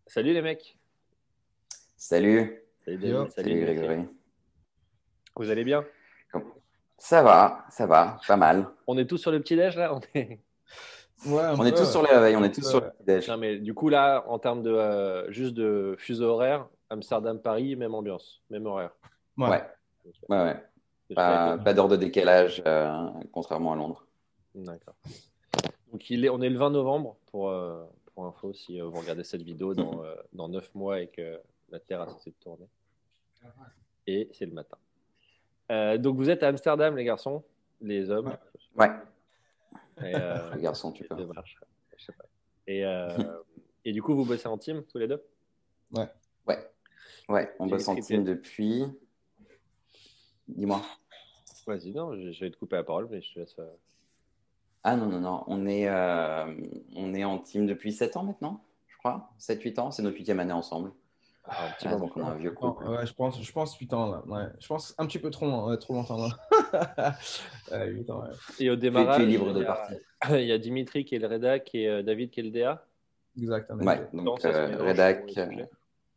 Salut les mecs. Salut, Salut David, Yo. salut salut Dimitri. Grégory. Vous allez bien? Ça va, pas mal. On est tous sur le petit-déj là? Ouais, un On est peu. tous Ouais. sur les réveils, on Un est tous sur peu. le petit-déj. Non mais du coup là, en termes de juste de fuseau horaire, Amsterdam-Paris, même ambiance, même horaire. Ouais. Ouais, Ok. ouais. Je savais Pas, pas. pas d'heure de décalage, contrairement à Londres. D'accord. Donc on est le 20 novembre pour info si vous regardez cette vidéo dans 9 mois et que la Terre a cessé de tourner. Et c'est le matin. Donc vous êtes à Amsterdam les garçons, les hommes. Ouais. Ouais, Et, le garçon, tu les peux. deux marches, je sais pas. Et, et du coup vous bossez en team tous les deux? Ouais. Ouais, ouais, on bosse en Dimitri, team depuis. Dis-moi. vas-y, non, je vais te couper la parole, mais je te laisse. Ah non, non, non, on est en team depuis 7 ans maintenant, je crois. 7 8 ans, c'est notre huitième année ensemble. Un petit Ah, moment. donc on a un vieux Non, couple. ouais, je pense 8 ans là. Ouais. Je pense un petit peu trop, ouais, trop longtemps là. 8 ans, ouais. Et au Tu es démarrage, libre de partir. il y a Dimitri qui est le rédac et David qui est le DA. Exactement. Ouais, Quand donc ça se mélange selon les rédac. sujets.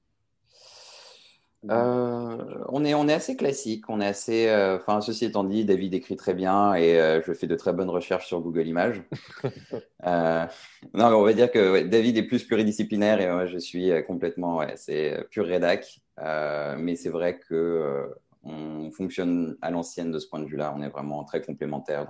On est assez classique, on est assez. Enfin, ceci étant dit, David écrit très bien et je fais de très bonnes recherches sur Google Images. Euh, non, mais on va dire que ouais, David est plus pluridisciplinaire et moi je suis complètement, ouais, c'est pur rédac. Mais c'est vrai que on fonctionne à l'ancienne de ce point de vue-là. On est vraiment très complémentaires.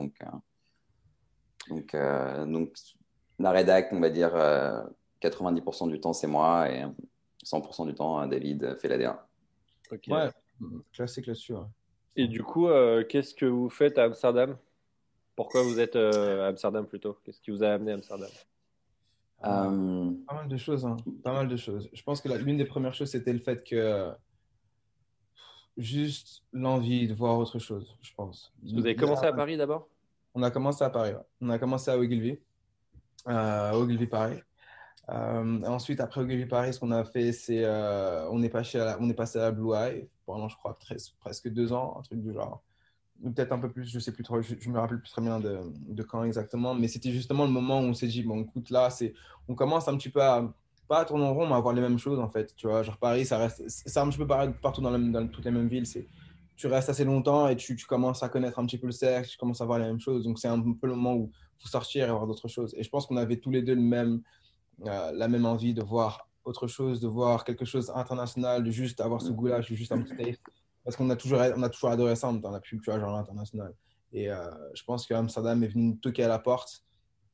Donc, la rédac, on va dire 90% du temps c'est moi et 100% du temps David fait la DA. Ok. Ouais, classique là-dessus. Ouais. Et du coup, qu'est-ce que vous faites à Amsterdam? Pourquoi vous êtes à Amsterdam plutôt? Qu'est-ce qui vous a amené à Amsterdam? Ah, Euh, pas mal de choses, hein. Pas mal de choses. Je pense que l'une des premières choses, c'était le fait que juste l'envie de voir autre chose, je pense. Parce que vous avez commencé à Paris d'abord? On a commencé à Paris, ouais. On a commencé à Ogilvy Paris. Ensuite, après Ogilvy Paris, ce qu'on a fait, c'est on est passé à Blue Eye pendant, je crois, presque 2 ans, un truc du genre. Ou peut-être un peu plus, je sais plus trop, je me rappelle plus très bien de quand exactement. Mais c'était justement le moment où on s'est dit, bon, écoute, là, on commence un petit peu à, pas à tourner en rond, mais à voir les mêmes choses, en fait. Tu vois, genre Paris, c'est un petit peu pareil partout dans toutes les mêmes villes. Tu restes assez longtemps et tu commences à connaître un petit peu le cercle, tu commences à voir les mêmes choses. Donc, c'est un peu le moment où il faut sortir et voir d'autres choses. Et je pense qu'on avait tous les deux la même envie de voir autre chose, de voir quelque chose d'international, de juste avoir ce goût-là, juste un petit taste. Parce qu'on a toujours adoré ça dans la pub, tu vois, genre international. Et je pense qu'Amsterdam est venu nous toquer à la porte.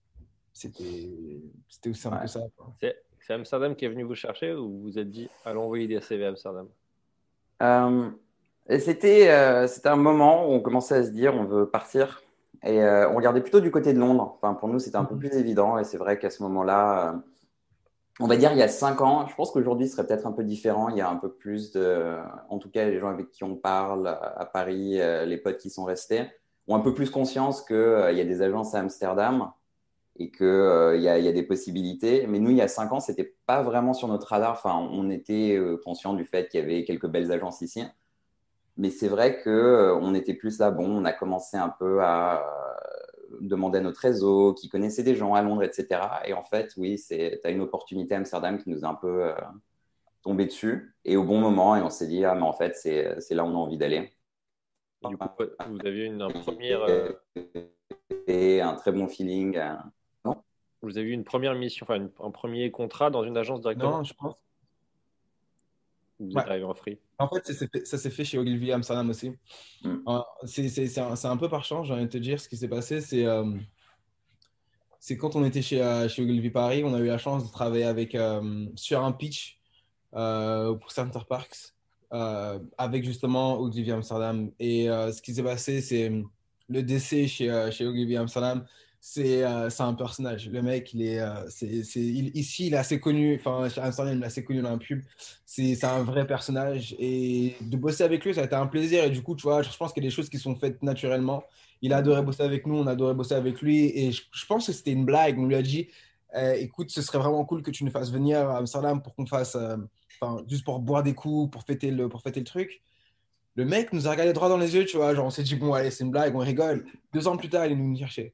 C'était aussi un peu ouais. ça, quoi. C'est Amsterdam qui est venu vous chercher ou vous vous êtes dit, allons envoyer des CV à Amsterdam? Euh, et c'était un moment où on commençait à se dire on veut partir et on regardait plutôt du côté de Londres. Enfin, pour nous, c'était un peu plus évident et c'est vrai qu'à ce moment-là, on va dire il y a 5 ans, je pense qu'aujourd'hui ce serait peut-être un peu différent. Il y a un peu plus en tout cas, les gens avec qui on parle à Paris, les potes qui sont restés, ont un peu plus conscience qu'il y a des agences à Amsterdam et qu'il y a des possibilités. Mais nous, il y a 5 ans, c'était pas vraiment sur notre radar. Enfin, on était conscient du fait qu'il y avait quelques belles agences ici. Mais c'est vrai que on était plus là. Bon, on a commencé un peu à demander à notre réseau, qui connaissait des gens à Londres, etc. Et en fait, oui, tu as une opportunité à Amsterdam qui nous a un peu tombé dessus et au bon moment. Et on s'est dit, ah, mais en fait, c'est là où on a envie d'aller. Et du coup, vous avez eu une première, Et un très bon feeling. Non. vous avez eu une première mission, enfin un premier contrat dans une agence directement? Non, je pense. Ou vous Ouais. êtes arrivé en free? En fait, ça s'est fait chez Ogilvy Amsterdam aussi. Mm. C'est un peu par chance, j'ai envie de te dire, ce qui s'est passé, c'est quand on était chez Ogilvy Paris, on a eu la chance de travailler sur un pitch pour Center Parks avec justement Ogilvy Amsterdam. Et ce qui s'est passé, c'est le décès chez Ogilvy Amsterdam. C'est un personnage. Le mec, ici, il est assez connu. Enfin, chez Amsterdam, il est assez connu dans la pub. C'est un vrai personnage. Et de bosser avec lui, ça a été un plaisir. Et du coup, tu vois, je pense qu'il y a des choses qui sont faites naturellement. Il a adoré bosser avec nous, on a adoré bosser avec lui. Et je pense que c'était une blague. On lui a dit, écoute, ce serait vraiment cool que tu nous fasses venir à Amsterdam pour qu'on fasse, enfin, juste pour boire des coups, pour fêter le truc. Le mec nous a regardé droit dans les yeux, tu vois. Genre, on s'est dit, bon, allez, c'est une blague, on rigole. 2 ans plus tard, il est venu nous chercher.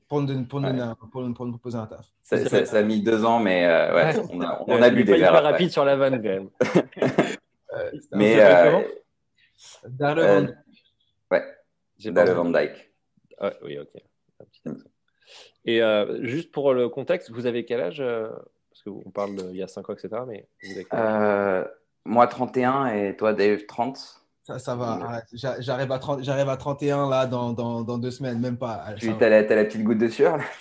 pour nous proposer un taf. Ça a mis 2 ans, mais ouais, on en Il a bu est des pas verres hyper après. rapide sur la vanne, quand même. Mais Darle Van Dyke. ouais, J'ai pas Dalle entendu. Van Dyke. Ouais, oui, ok. Un petit accent. Et juste pour le contexte, vous avez quel âge parce qu'on parle il y a 5 ans, etc. Mais vous avez quel âge Moi, 31 et toi, Dave, 30. Ça va, arrête. J'arrive à 31 là dans 2 semaines, même pas. Tu as la petite goutte de sueur là.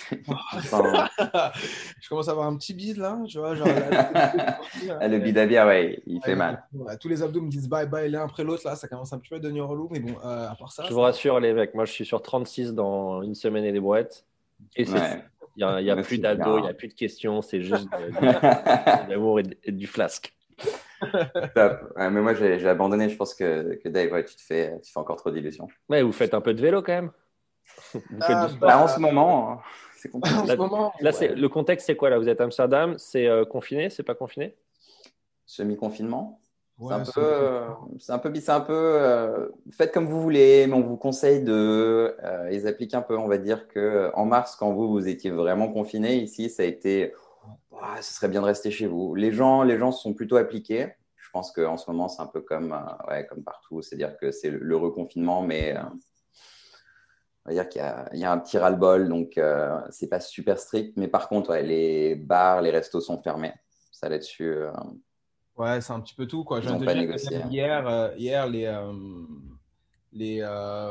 Je commence à avoir un petit bide là, tu vois. Genre, Le bide à bière, ouais, il fait mal. Tous les abdos me disent bye bye l'un après l'autre là, ça commence un petit peu à devenir relou, mais bon, à part ça. Je vous rassure, les mecs, moi je suis sur 36 dans une semaine et des brouettes. Et Ouais. il n'y a plus d'ado, il n'y a plus de questions, c'est juste de l'amour et du flasque. Top. Ouais, mais moi, j'ai abandonné. Je pense que Dave, ouais, tu fais encore trop d'illusions. Ouais, vous faites un peu de vélo quand même. Vous faites du sport. Bah, en ce moment, c'est compliqué. Là, le contexte, c'est quoi là? Vous êtes à Amsterdam, c'est confiné, c'est pas confiné? Semi-confinement. Ouais, C'est un peu, faites comme vous voulez, mais on vous conseille de les appliquer un peu. On va dire que en mars, quand vous étiez vraiment confiné, ici, ça a été, ce serait bien de rester chez vous. Les gens se sont plutôt appliqués. Je pense qu'en ce moment, c'est un peu comme partout, c'est-à-dire que c'est le reconfinement, mais on va dire qu'il y a un petit ras-le-bol, donc c'est pas super strict. Mais par contre, ouais, les bars, les restos sont fermés. Ça là-dessus. Ouais, c'est un petit peu tout, quoi. Je Ils viens n'ont de te pas dire négocié. que hier, les,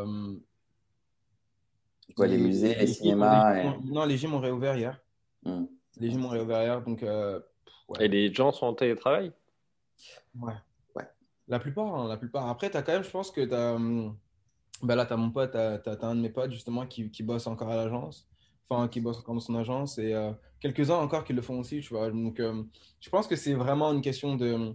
Les musées, les cinémas. non, les gyms ont réouvert hier. Hmm. Les gyms ont réouvert hier, donc ouais. Et les gens sont en télétravail? Ouais. Ouais. La plupart, hein, la plupart. Après, tu as quand même, je pense que tu as. Bah là, tu as mon pote, tu as un de mes potes justement qui bosse encore à l'agence, enfin qui bosse encore dans son agence, et quelques-uns encore qui le font aussi, tu vois. Donc, je pense que c'est vraiment une question de,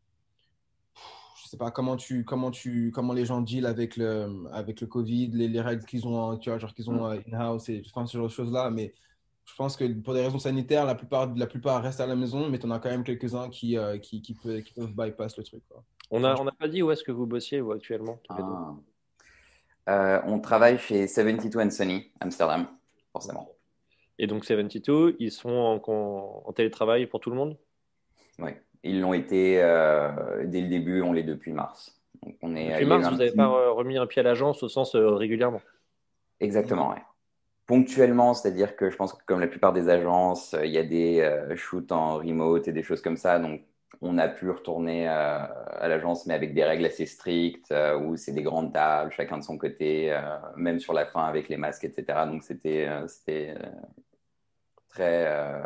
je sais pas, comment les gens deal avec le Covid, les règles qu'ils ont, tu vois, genre qu'ils ont in-house, et enfin, ce genre de choses-là. Mais je pense que pour des raisons sanitaires, la plupart restent à la maison, mais tu en as quand même quelques-uns qui peuvent bypass le truc, quoi. On n'a pas dit où est-ce que vous bossiez vous, actuellement, tous les deux. On travaille chez 72 and Sunny, Amsterdam, forcément. Et donc 72, ils sont en télétravail pour tout le monde? Oui, ils l'ont été dès le début, on l'est depuis mars. Donc depuis mars, vous n'avez pas remis un pied à l'agence au sens régulièrement? Exactement, oui. Ponctuellement, c'est-à-dire que je pense que comme la plupart des agences, il y a des shoots en remote et des choses comme ça. Donc, on a pu retourner à l'agence, mais avec des règles assez strictes, où c'est des grandes tables, chacun de son côté, même sur la fin avec les masques, etc. Donc, c'était très...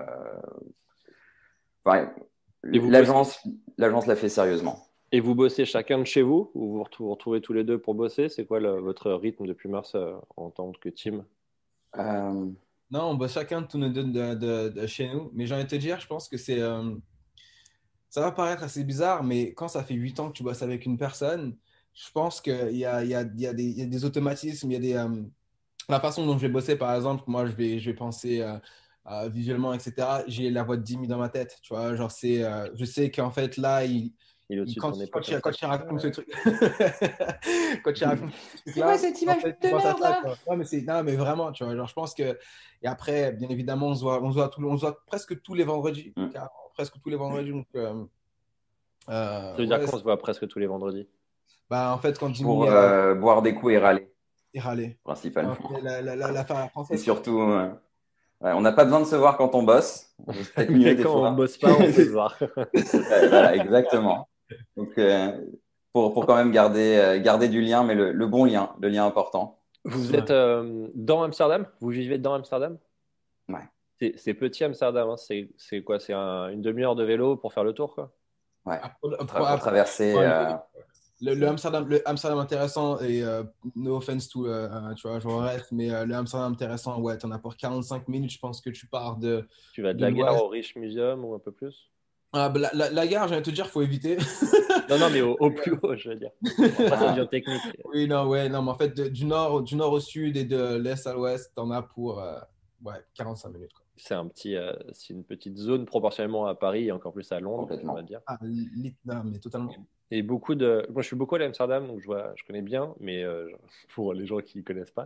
Enfin, l'agence l'a fait sérieusement. Et vous bossez chacun de chez vous ou vous retrouvez tous les deux pour bosser? C'est quoi votre rythme depuis mars en tant que team? Non, on bosse chacun de tous nos deux de chez nous. Mais j'ai envie de te dire, je pense que ça va paraître assez bizarre, mais quand ça fait 8 ans que tu bosses avec une personne, je pense qu'il y a des automatismes, il y a la façon dont je vais bosser, par exemple, moi, je vais penser visuellement, etc. J'ai la voix de Jimmy dans ma tête, tu vois. Genre, je sais qu'en fait, là, quand il raconte ce truc, quand il raconte ce truc, c'est quoi cette image de merde là? Non, mais vraiment, tu vois. Genre, je pense que. Et après, bien évidemment, on se voit presque tous les vendredis. Presque tous les vendredis. Donc, ça veut dire qu'on se voit presque tous les vendredis? Bah, en fait, quand Jimmy. Pour boire des coups et râler. Principalement. L'affaire française. Et surtout, on n'a pas besoin de se voir quand on bosse. C'est peut-être mieux des quand fois. on bosse pas, on peut se voir. Voilà, exactement. Donc, pour quand même garder du lien, mais le bon lien, le lien important. Vous êtes dans Amsterdam? Vous vivez dans Amsterdam? Ouais. C'est petit Amsterdam, hein. C'est quoi? C'est une demi-heure de vélo pour faire le tour, quoi? Ouais. Pour traverser. Le Amsterdam intéressant, et no offense to, tu vois, je reste, mais le Amsterdam intéressant, ouais, tu en as pour 45 minutes, je pense que tu pars de. Tu vas de la gare au Rich Museum ou un peu plus? La gare, j'ai envie de te dire, il faut éviter. Non, mais au plus haut, je veux dire. Ça devient technique. Oui, non, mais en fait, du nord au sud et de l'est à l'ouest, tu en as pour 45 minutes, quoi. C'est une petite zone proportionnellement à Paris et encore plus à Londres, on va dire. Non, mais totalement. Et moi, je suis beaucoup allé à Amsterdam, donc je connais bien, mais pour les gens qui ne connaissent pas.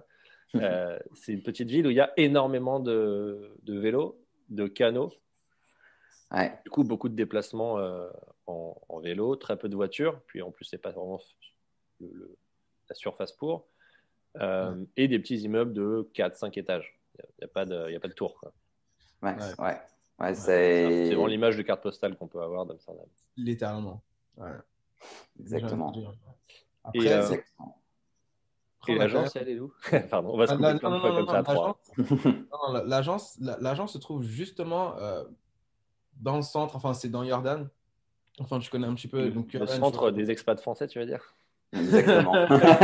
C'est une petite ville où il y a énormément de vélos, de canots. Ouais. Du coup, beaucoup de déplacements en vélo, très peu de voitures. Puis en plus, c'est pas vraiment la surface pour. Et des petits immeubles de 4-5 étages. Il n'y a pas de tour, quoi. Ouais, C'est vraiment l'image de carte postale qu'on peut avoir d'Amsterdam. Littéralement. Ouais. Exactement. Après, Exactement. Et l'agence, elle est où? Pardon, on va se couper plein de fois comme ça à trois. L'agence se trouve justement dans le centre, enfin c'est dans Jordan. Enfin, tu connais un petit peu. Donc, Le centre des expats français, tu veux dire? Exactement.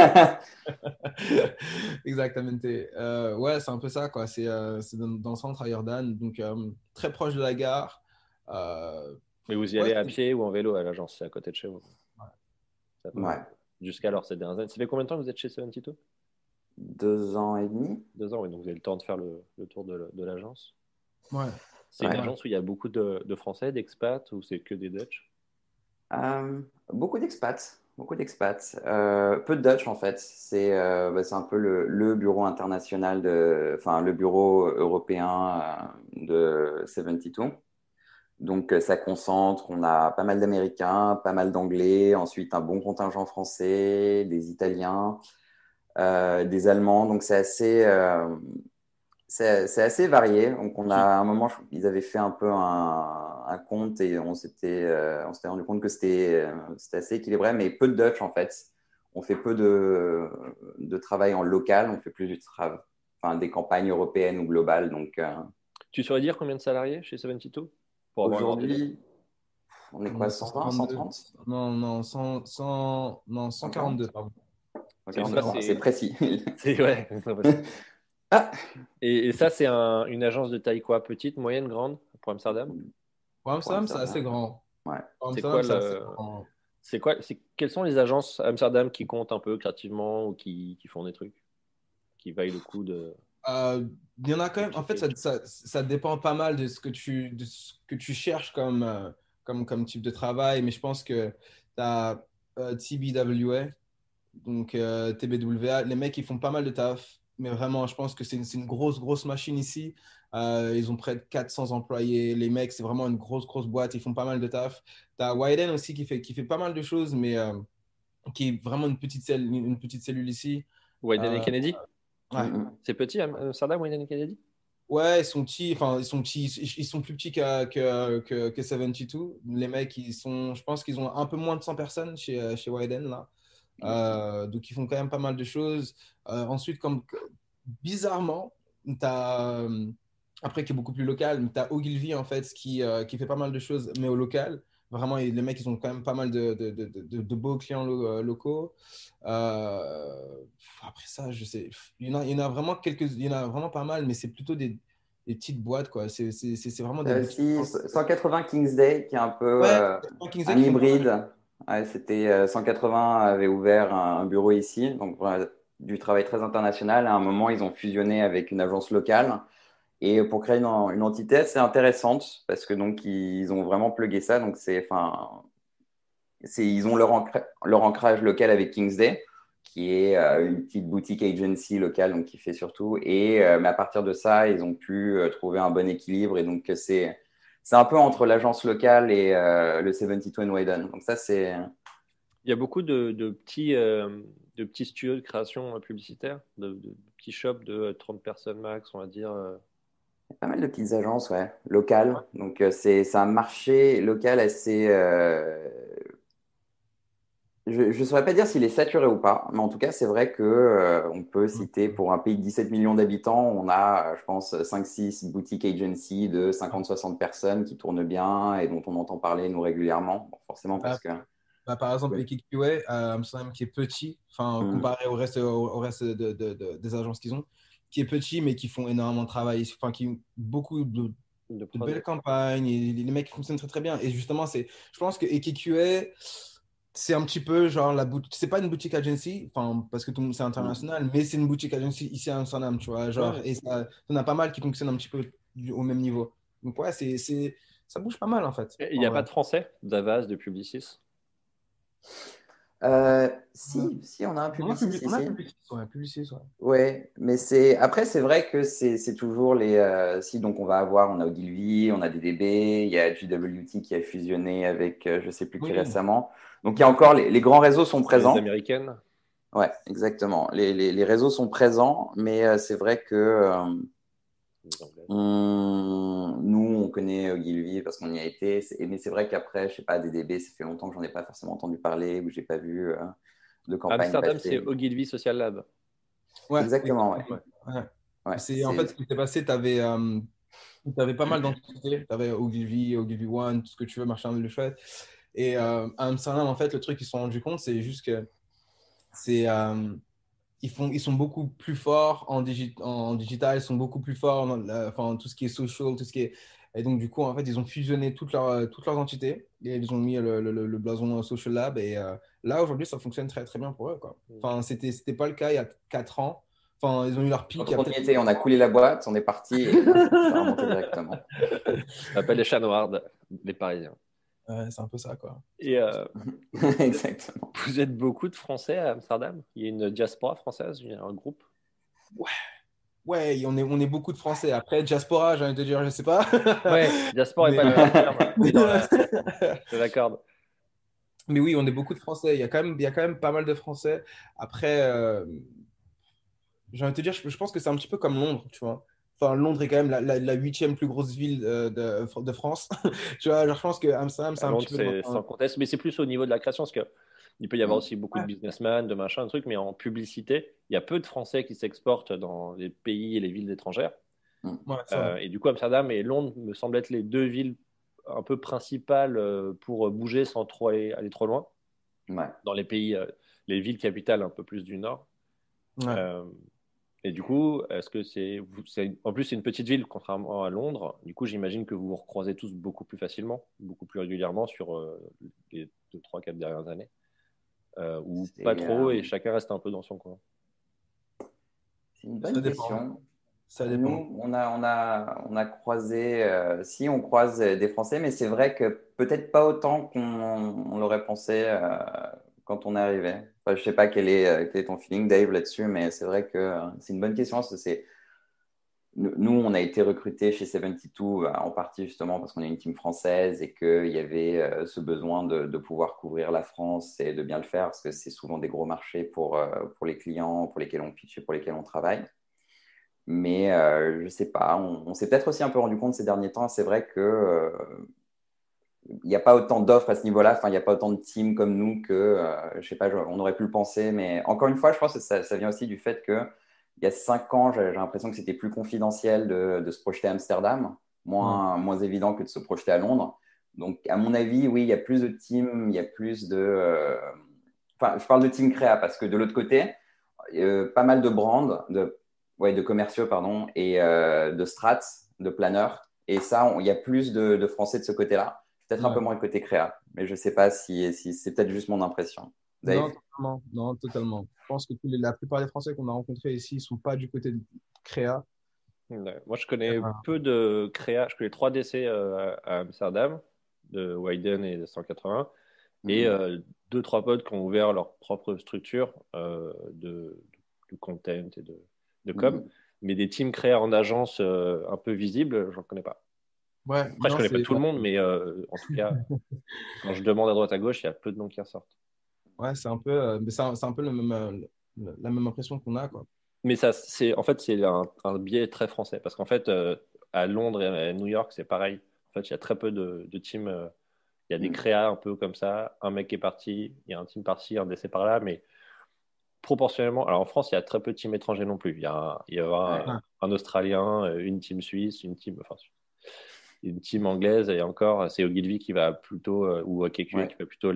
Exactement. Ouais, c'est un peu ça, quoi. C'est dans le centre à Jordan, donc très proche de la gare. Mais vous y allez à pied ou en vélo à l'agence? C'est à côté de chez vous. Ouais. Jusqu'alors, ces dernières années. Ça fait combien de temps que vous êtes chez 72? 2 ans et demi. 2 ans, oui. Donc vous avez le temps de faire le tour de l'agence. Ouais. C'est une agence où il y a beaucoup de Français, d'expats, ou c'est que des Dutch? Beaucoup d'expats. Peu de Dutch en fait. C'est un peu le bureau international enfin le bureau européen de 72. Donc ça concentre, on a pas mal d'Américains, pas mal d'Anglais, ensuite un bon contingent français, des Italiens, des Allemands. Donc c'est assez varié. Donc on a à un moment, ils avaient fait un peu un compte et on s'était rendu compte que c'était assez équilibré, mais peu de Dutch en fait. On fait peu de travail en local, on fait plus enfin, des campagnes européennes ou globales. Donc tu saurais dire combien de salariés chez 72 pour avoir un ordre d'idée? aujourd'hui, on est quoi, 120, 130? Non, 142, pardon. C'est précis. Ouais. Ah, Et ça, c'est une agence de taille quoi? Petite, moyenne, grande pour Amsterdam? Pour Amsterdam, c'est assez grand. Ouais. Quelles sont les agences à Amsterdam qui comptent un peu créativement ou qui font des trucs, qui vaillent le coup de. Il y en a quand même. En fait, ça dépend pas mal de ce que tu cherches comme type de travail. Mais je pense que tu as TBWA, donc TBWA. Les mecs, ils font pas mal de taf. Mais vraiment, je pense que c'est une grosse machine ici. Ils ont près de 400 employés. Les mecs, c'est vraiment une grosse boîte. Ils font pas mal de taf. Tu as Wyden aussi qui fait pas mal de choses, mais qui est vraiment une petite cellule ici. Wyden et Kennedy? Ouais. C'est petit, Amsterdam, Wyden et Kennedy? Ouais, ils sont petits, ils sont plus petits que 72. Les mecs, je pense qu'ils ont un peu moins de 100 personnes chez Wyden, là. Donc, ils font quand même pas mal de choses. Ensuite, bizarrement, après qui est beaucoup plus local, mais tu as Ogilvy, en fait, qui fait pas mal de choses, mais au local. Vraiment, les mecs, ils ont quand même pas mal de beaux clients locaux. Après ça, je sais, il y en a vraiment il y en a vraiment pas mal, mais c'est plutôt des petites boîtes, quoi. C'est vraiment des aussi 180 Kings Day, qui est un peu un Kingsley hybride. Ouais, 180 avait ouvert un bureau ici, donc voilà, du travail très international. À un moment, ils ont fusionné avec une agence locale. Et pour créer une entité assez intéressante, parce que donc ils ont vraiment plugué ça. Donc ils ont leur ancrage local avec Kingsday, qui est une petite boutique agency locale, donc qui fait surtout. Mais à partir de ça, ils ont pu trouver un bon équilibre. Et donc c'est un peu entre l'agence locale et le 72 Wayden. Donc ça c'est. Il y a beaucoup de petits studios de création publicitaire, de petits shops de 30 personnes max, on va dire. Pas mal de petites agences, ouais, locales. Donc c'est un marché local assez. Je ne saurais pas dire s'il est saturé ou pas, mais en tout cas, c'est vrai que on peut citer pour un pays de 17 millions d'habitants, on a, je pense, 5-6 boutiques agency de 50-60 personnes qui tournent bien et dont on entend parler nous régulièrement. Bon, forcément parce que. Par exemple, AKQA, Amsterdam, qui est petit, comparé au reste des agences qu'ils ont, qui est petit, mais qui font énormément de travail, qui ont beaucoup de belles campagnes, et les mecs fonctionnent très bien. Et justement, je pense que AKQA, c'est un petit peu genre c'est pas une boutique agency, parce que c'est international, mais c'est une boutique agency ici à Amsterdam, tu vois, genre, et ça, on a pas mal qui fonctionnent un petit peu au même niveau. Donc ouais, ça bouge pas mal en fait. Il n'y a pas de français d'Avas, de Publicis? Si, on a un Publicis On a ici. Publicis, ouais. Ouais, mais après, c'est vrai que c'est toujours si, donc on a Ogilvy, on a DDB, il y a GWT qui a fusionné avec je sais plus qui Oui. récemment. Donc, il y a encore les grands réseaux sont Les présents. américaines. Ouais, exactement. Les réseaux sont présents, mais c'est vrai que nous, on connaît Ogilvy parce qu'on y a été. Mais c'est vrai qu'après, je sais pas, DDB, ça fait longtemps que j'en ai pas forcément entendu parler ou j'ai pas vu de campagne Amsterdam, c'est passer. Ogilvy Social Lab. Ouais, Exactement, ouais. exactement. Ouais. Ouais, En fait, ce qui s'est passé, tu avais pas mal d'entités. Tu avais Ogilvy, Ogilvy One, tout ce que tu veux, machin, le chouette. Et à Amsterdam, en fait, le truc qu'ils se sont rendus compte, c'est juste que c'est, ils sont beaucoup plus forts en digital, ils sont beaucoup plus forts enfin, tout ce qui est social, tout ce qui est. Et donc, du coup, en fait, ils ont fusionné toutes leurs entités et ils ont mis le blason Social Lab. Et là, aujourd'hui, ça fonctionne très, très bien pour eux, quoi. Enfin, c'était pas le cas il y a 4 ans. Enfin, ils ont eu leur pic. Quand on y était, on a coulé la boîte, on est parti et là, ça a remonté directement. Ça s'appelle les chats noirs, les Parisiens. Ouais, c'est un peu ça, quoi. Et Exactement. vous êtes beaucoup de Français à Amsterdam? Il y a une diaspora française, il y a un groupe? Ouais, on est beaucoup de Français. Après, diaspora, j'ai envie de te dire, je sais pas. Ouais, diaspora n'est Mais, pas le meilleur terme, mais je l'accorde. mais oui, on est beaucoup de Français. Il y a quand même pas mal de Français. Après, j'ai envie de te dire, je pense que c'est un petit peu comme Londres, tu vois. Enfin, Londres est quand même la 8e plus grosse ville de France. Tu vois, genre, je pense que Amsterdam, c'est À un Londres, petit peu c'est sans conteste, mais c'est plus au niveau de la création, parce qu'il peut y avoir aussi beaucoup de businessmen, de machins, de trucs, mais en publicité, il y a peu de Français qui s'exportent dans les pays et les villes étrangères. Ouais, c'est vrai. Et du coup, Amsterdam et Londres me semblent être les deux villes un peu principales pour bouger sans trop aller trop loin. Ouais. Dans les pays, les villes capitales un peu plus du nord. Ouais. Euh, et du coup, est-ce que en plus, c'est une petite ville, contrairement à Londres. Du coup, j'imagine que vous vous recroisez tous beaucoup plus facilement, beaucoup plus régulièrement sur les 2, 3, 4 dernières années. Ou pas trop, et chacun reste un peu dans son coin. C'est une Ça bonne dépend. question. Ça dépend. Nous, on a croisé, si on croise des Français, mais c'est vrai que peut-être pas autant qu'on l'aurait pensé quand on est arrivé. Enfin, je sais pas quel est ton feeling, Dave, là-dessus, mais c'est vrai que c'est une bonne question. Parce que nous, on a été recrutés chez 72 en partie justement parce qu'on est une team française et qu'il y avait ce besoin de pouvoir couvrir la France et de bien le faire parce que c'est souvent des gros marchés pour les clients pour lesquels on pitch et pour lesquels on travaille. Mais je sais pas, on s'est peut-être aussi un peu rendu compte ces derniers temps, c'est vrai que il n'y a pas autant d'offres à ce niveau-là, enfin, il n'y a pas autant de teams comme nous que, je sais pas, on aurait pu le penser, mais encore une fois, je pense que ça vient aussi du fait que il y a 5 ans, j'ai l'impression que c'était plus confidentiel de se projeter à Amsterdam, moins évident que de se projeter à Londres. Donc, à mon avis, oui, il y a plus de teams, il y a plus de. Enfin, je parle de team créa parce que de l'autre côté, pas mal de brands, de commerciaux, pardon, et de strats, de planeurs. Et ça, il y a plus de Français de ce côté-là. Peut-être un peu Ouais. moins le côté créa, mais je ne sais pas si c'est peut-être juste mon impression. Dave? Non, totalement. Non, totalement. Je pense que la plupart des Français qu'on a rencontrés ici ne sont pas du côté de créa. Ouais. Moi, je connais peu de créa. Je connais 3 décès à Amsterdam, de Widen et de 180, et 2, 3 potes qui ont ouvert leur propre structure de content et de com. Mais des teams créa en agence un peu visibles, j'en connais pas. Ouais, Après, je non, connais pas tout le monde, mais en tout cas, quand je demande à droite à gauche, il y a peu de noms qui ressortent. ouais, c'est un peu, mais c'est un peu la même impression qu'on a, quoi. Mais ça, en fait, c'est un biais très français. Parce qu'en fait, à Londres et à New York, c'est pareil. En fait, il y a très peu de teams. Il y a des créas un peu comme ça. Un mec est parti, il y a un team par-ci, un décès par-là. Mais proportionnellement, alors en France, il y a très peu de teams étrangers non plus. Il y a un Australien, une team suisse, une team anglaise. Et encore, c'est Ogilvy qui va plutôt, ou KQA qui va plutôt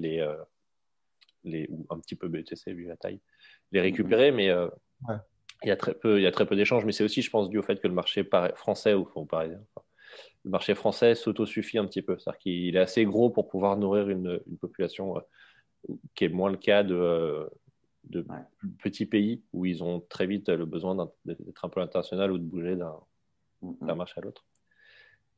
ou un petit peu BTC vu la taille, les récupérer. Mais Ouais. il y a très peu d'échanges, mais c'est aussi, je pense, dû au fait que le marché français ou parisien, le marché français s'autosuffit un petit peu. C'est-à-dire qu'il est assez gros pour pouvoir nourrir une population qui est moins le cas de petits pays où ils ont très vite le besoin d'être un peu international ou de bouger d'un marché à l'autre.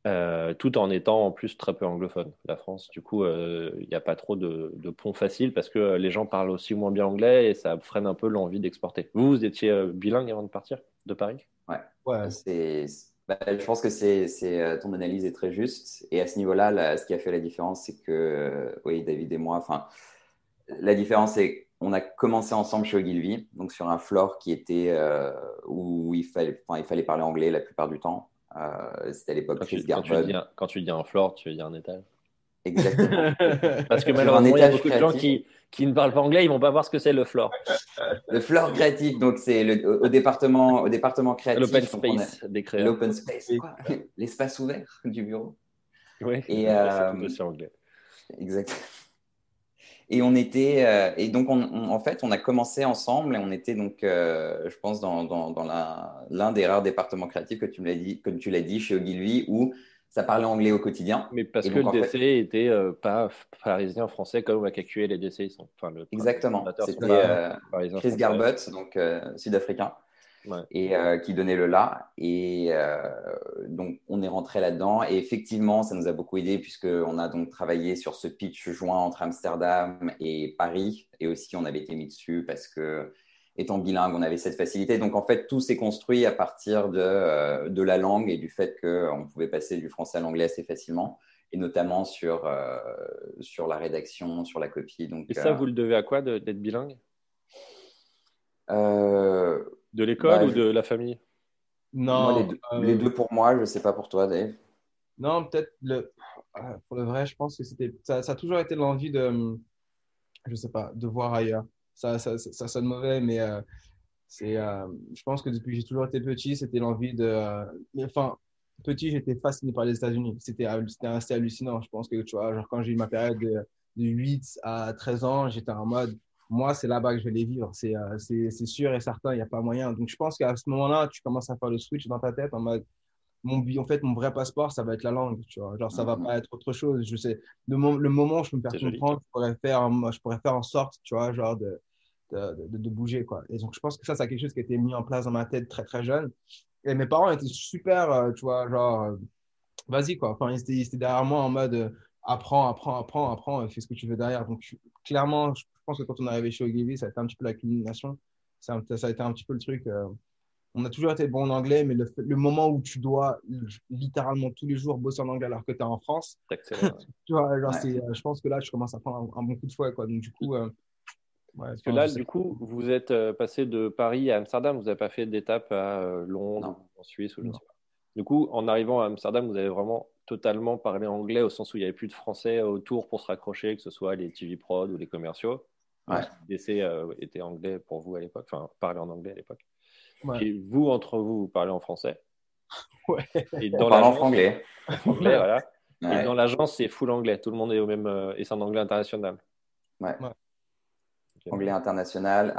tout en étant en plus très peu anglophone. La France, du coup, il n'y a pas trop de ponts faciles parce que les gens parlent aussi moins bien anglais et ça freine un peu l'envie d'exporter. Vous étiez bilingue avant de partir de Paris? Ouais. Ouais. Je pense que ton analyse est très juste. Et à ce niveau-là, ce qui a fait la différence, c'est que, oui, David et moi, enfin, la différence, c'est qu'on a commencé ensemble chez Ogilvy, donc sur un floor qui était où il fallait parler anglais la plupart du temps. C'était à l'époque Chris Garbett. Quand tu dis un floor, tu veux dire un étage. Exactement. Parce que Sur un malheureusement, il y a étage beaucoup de gens créatif. qui ne parlent pas anglais, ils vont pas voir ce que c'est le floor. Le floor créatif, donc c'est au département L'open créatif, donc on a space des créas. l'open space, quoi, l'espace ouvert du bureau. Oui, Et c'est tout aussi anglais. exact. Et et donc en fait, on a commencé ensemble et on était donc, je pense, dans l'un des rares départements créatifs que tu me l'as dit, comme tu l'as dit, chez Ogilvy, où ça parlait anglais au quotidien. Mais parce Et que donc le en fait, DC était pas parisien français comme AKQ et les DC, ils sont, enfin, les exactement, fondateurs sont c'était pas parisiens Chris français. Garbett, donc sud-africain, Ouais. et qui donnait le là. Et donc, on est rentré là-dedans. Et effectivement, ça nous a beaucoup aidé puisqu'on a donc travaillé sur ce pitch joint entre Amsterdam et Paris. Et aussi, on avait été mis dessus parce que, étant bilingue, on avait cette facilité. Donc, en fait, tout s'est construit à partir de la langue et du fait qu'on pouvait passer du français à l'anglais assez facilement. Et notamment sur la rédaction, sur la copie. Donc, Et ça, vous le devez à quoi d'être bilingue? euh, De l'école bah, ou de la famille? moi, Non, les deux pour moi, je sais pas pour toi, Dave. non, peut-être pour le vrai, je pense que ça a toujours été l'envie de, je sais pas, de voir ailleurs. Ça sonne mauvais, mais je pense que depuis que j'ai toujours été petit, c'était l'envie enfin, petit, j'étais fasciné par les États-Unis. C'était assez hallucinant. Je pense que, tu vois, genre, quand j'ai eu ma période de 8 à 13 ans, j'étais en mode, moi, c'est là-bas que je vais les vivre. C'est sûr et certain, il n'y a pas moyen. Donc, je pense qu'à ce moment-là, tu commences à faire le switch dans ta tête en mode, en fait, mon vrai passeport, ça va être la langue, tu vois. Genre, ça va pas être autre chose. Je sais, le moment où je peux me faire C'est joli. comprendre, je pourrais faire en sorte, tu vois, genre de bouger, quoi. Et donc, je pense que ça, c'est quelque chose qui a été mis en place dans ma tête très, très jeune. Et mes parents étaient super, tu vois, genre, vas-y, quoi. Enfin, ils étaient derrière moi en mode, apprends, apprends, apprends, apprends, fais ce que tu veux derrière. Donc, clairement, je pense que quand on est arrivé chez Ogilvy, ça a été un petit peu la culmination. Ça a été un petit peu le truc. On a toujours été bon en anglais, mais le moment où tu dois littéralement tous les jours bosser en anglais alors que tu es en France, T'accélères. tu vois, genre, Ouais. je pense que là, je commence à prendre un bon coup de fouet, quoi. Donc, du coup, ouais, Parce que enfin, je là, sais du pas. coup, vous êtes passé de Paris à Amsterdam, vous n'avez pas fait d'étape à Londres Non. ou en Suisse ou je ne Non. sais pas. Du coup, en arrivant à Amsterdam, vous avez vraiment totalement parlé anglais au sens où il n'y avait plus de français autour pour se raccrocher, que ce soit les TV prod ou les commerciaux. Ouais. DC était anglais pour vous à l'époque, enfin, parler en anglais à l'époque. Ouais. Et vous, entre vous, vous parlez en français. Ouais. Et On dans parle en l'agence, franglais. en franglais, voilà. Et dans Ouais. l'agence, c'est full anglais. Tout le monde est au même. Et c'est en anglais international. Ouais. Ouais. Ok. Anglais international,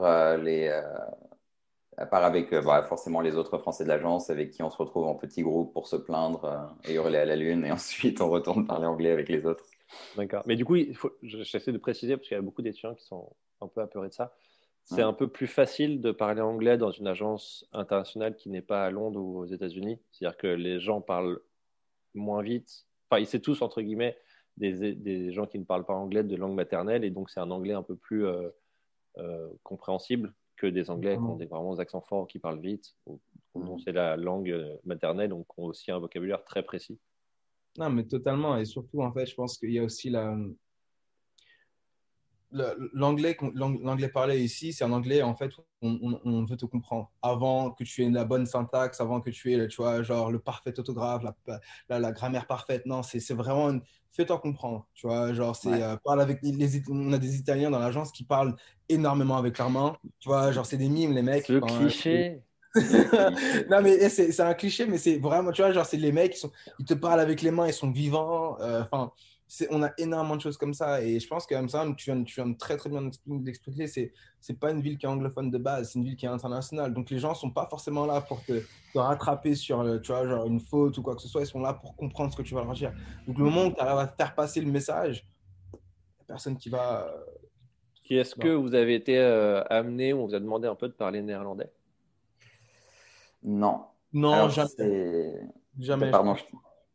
à part avec forcément les autres Français de l'agence avec qui on se retrouve en petits groupes pour se plaindre et hurler à la lune, et ensuite on retourne parler anglais avec les autres. D'accord. Mais du coup, j'essaie de préciser parce qu'il y a beaucoup d'étudiants qui sont un peu apeurés de ça. C'est Ouais. un peu plus facile de parler anglais dans une agence internationale qui n'est pas à Londres ou aux États-Unis. C'est-à-dire que les gens parlent moins vite. Enfin, c'est tous, entre guillemets, des gens qui ne parlent pas anglais de langue maternelle. Et donc, c'est un anglais un peu plus compréhensible que des anglais qui ont vraiment des accents forts, qui parlent vite, ou dont c'est la langue maternelle, donc qui ont aussi un vocabulaire très précis. Non, mais totalement. Et surtout, en fait, je pense qu'il y a aussi l'anglais parlé ici, c'est un anglais, en fait, où on veut te comprendre. Avant que tu aies la bonne syntaxe, avant que tu aies, tu vois, genre le parfait orthographe, la grammaire parfaite. Non, c'est vraiment fais-toi comprendre. Tu vois, genre, Ouais. parle avec on a des Italiens dans l'agence qui parlent énormément avec leurs mains. Tu vois, genre, c'est des mimes, les mecs. Ce Quand, cliché. Le cliché. non, mais c'est un cliché, mais c'est vraiment, tu vois, genre, c'est les mecs, ils te parlent avec les mains, ils sont vivants. Enfin, on a énormément de choses comme ça. Et je pense que Amsterdam, tu viens de très, très bien l'expliquer, c'est pas une ville qui est anglophone de base, c'est une ville qui est internationale. Donc, les gens sont pas forcément là pour te rattraper sur, tu vois, genre, une faute ou quoi que ce soit. Ils sont là pour comprendre ce que tu vas leur dire. Donc, le moment où tu arrives à faire passer le message, il n'y a personne qui va. Est-ce que Non, vous avez été amené ou on vous a demandé un peu de parler néerlandais? Non. non, Alors, jamais. Jamais. Pardon,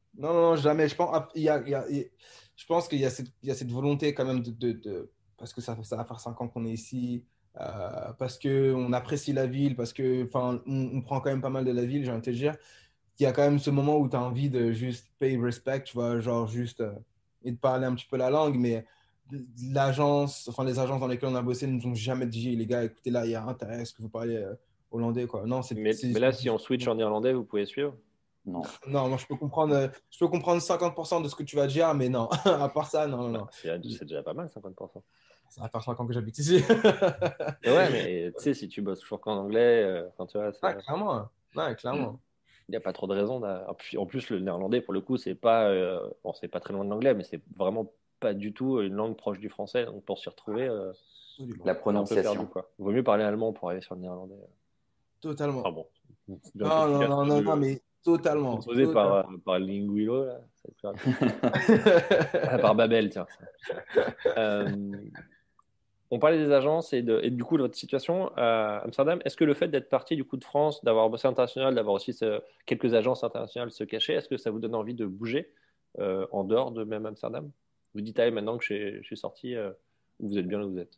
Non, non, non, jamais. Je pense qu'il y a cette volonté quand même parce que ça va faire 5 ans qu'on est ici, parce qu'on apprécie la ville, parce que, enfin, on prend quand même pas mal de la ville, j'ai envie de te dire. Il y a quand même ce moment où tu as envie de juste pay respect, tu vois, genre juste, et de parler un petit peu la langue, mais les agences dans lesquelles on a bossé ne nous ont jamais dit, les gars, écoutez, là, il y a intérêt, est-ce que vous parlez hollandais, quoi. Non, Mais là, si on switch en néerlandais, vous pouvez suivre? Non. non, moi je peux comprendre 50% de ce que tu vas dire, mais non, à part ça, non, non, Bah, non. c'est déjà pas mal, 50%. Ça va faire 5 ans que j'habite ici. Et ouais, mais tu sais, si tu bosses toujours qu'en anglais, enfin, tu vois, Ah, clairement. Hein. Ouais, clairement. il n'y a pas trop de raison. En plus, le néerlandais, pour le coup, c'est pas, bon, c'est pas très loin de l'anglais, mais c'est vraiment pas du tout une langue proche du français. Donc, pour s'y retrouver, Absolument. La c'est un peu perdu, prononciation. quoi. Il vaut mieux parler allemand pour arriver sur le néerlandais. Enfin Totalement. bon, j'ai un peu Non, fouillé non, non, non, non, mais totalement. proposé Totalement. par Linguilo, là. Ça va être plus rapide. Ah, par Babel, tiens. Euh, on parlait des agences et du coup de votre situation à Amsterdam. Est-ce que le fait d'être parti du coup de France, d'avoir bossé international, d'avoir aussi quelques agences internationales se cacher, est-ce que ça vous donne envie de bouger en dehors de même Amsterdam? Vous dites, allez, maintenant que je suis sorti, vous êtes bien là où vous êtes.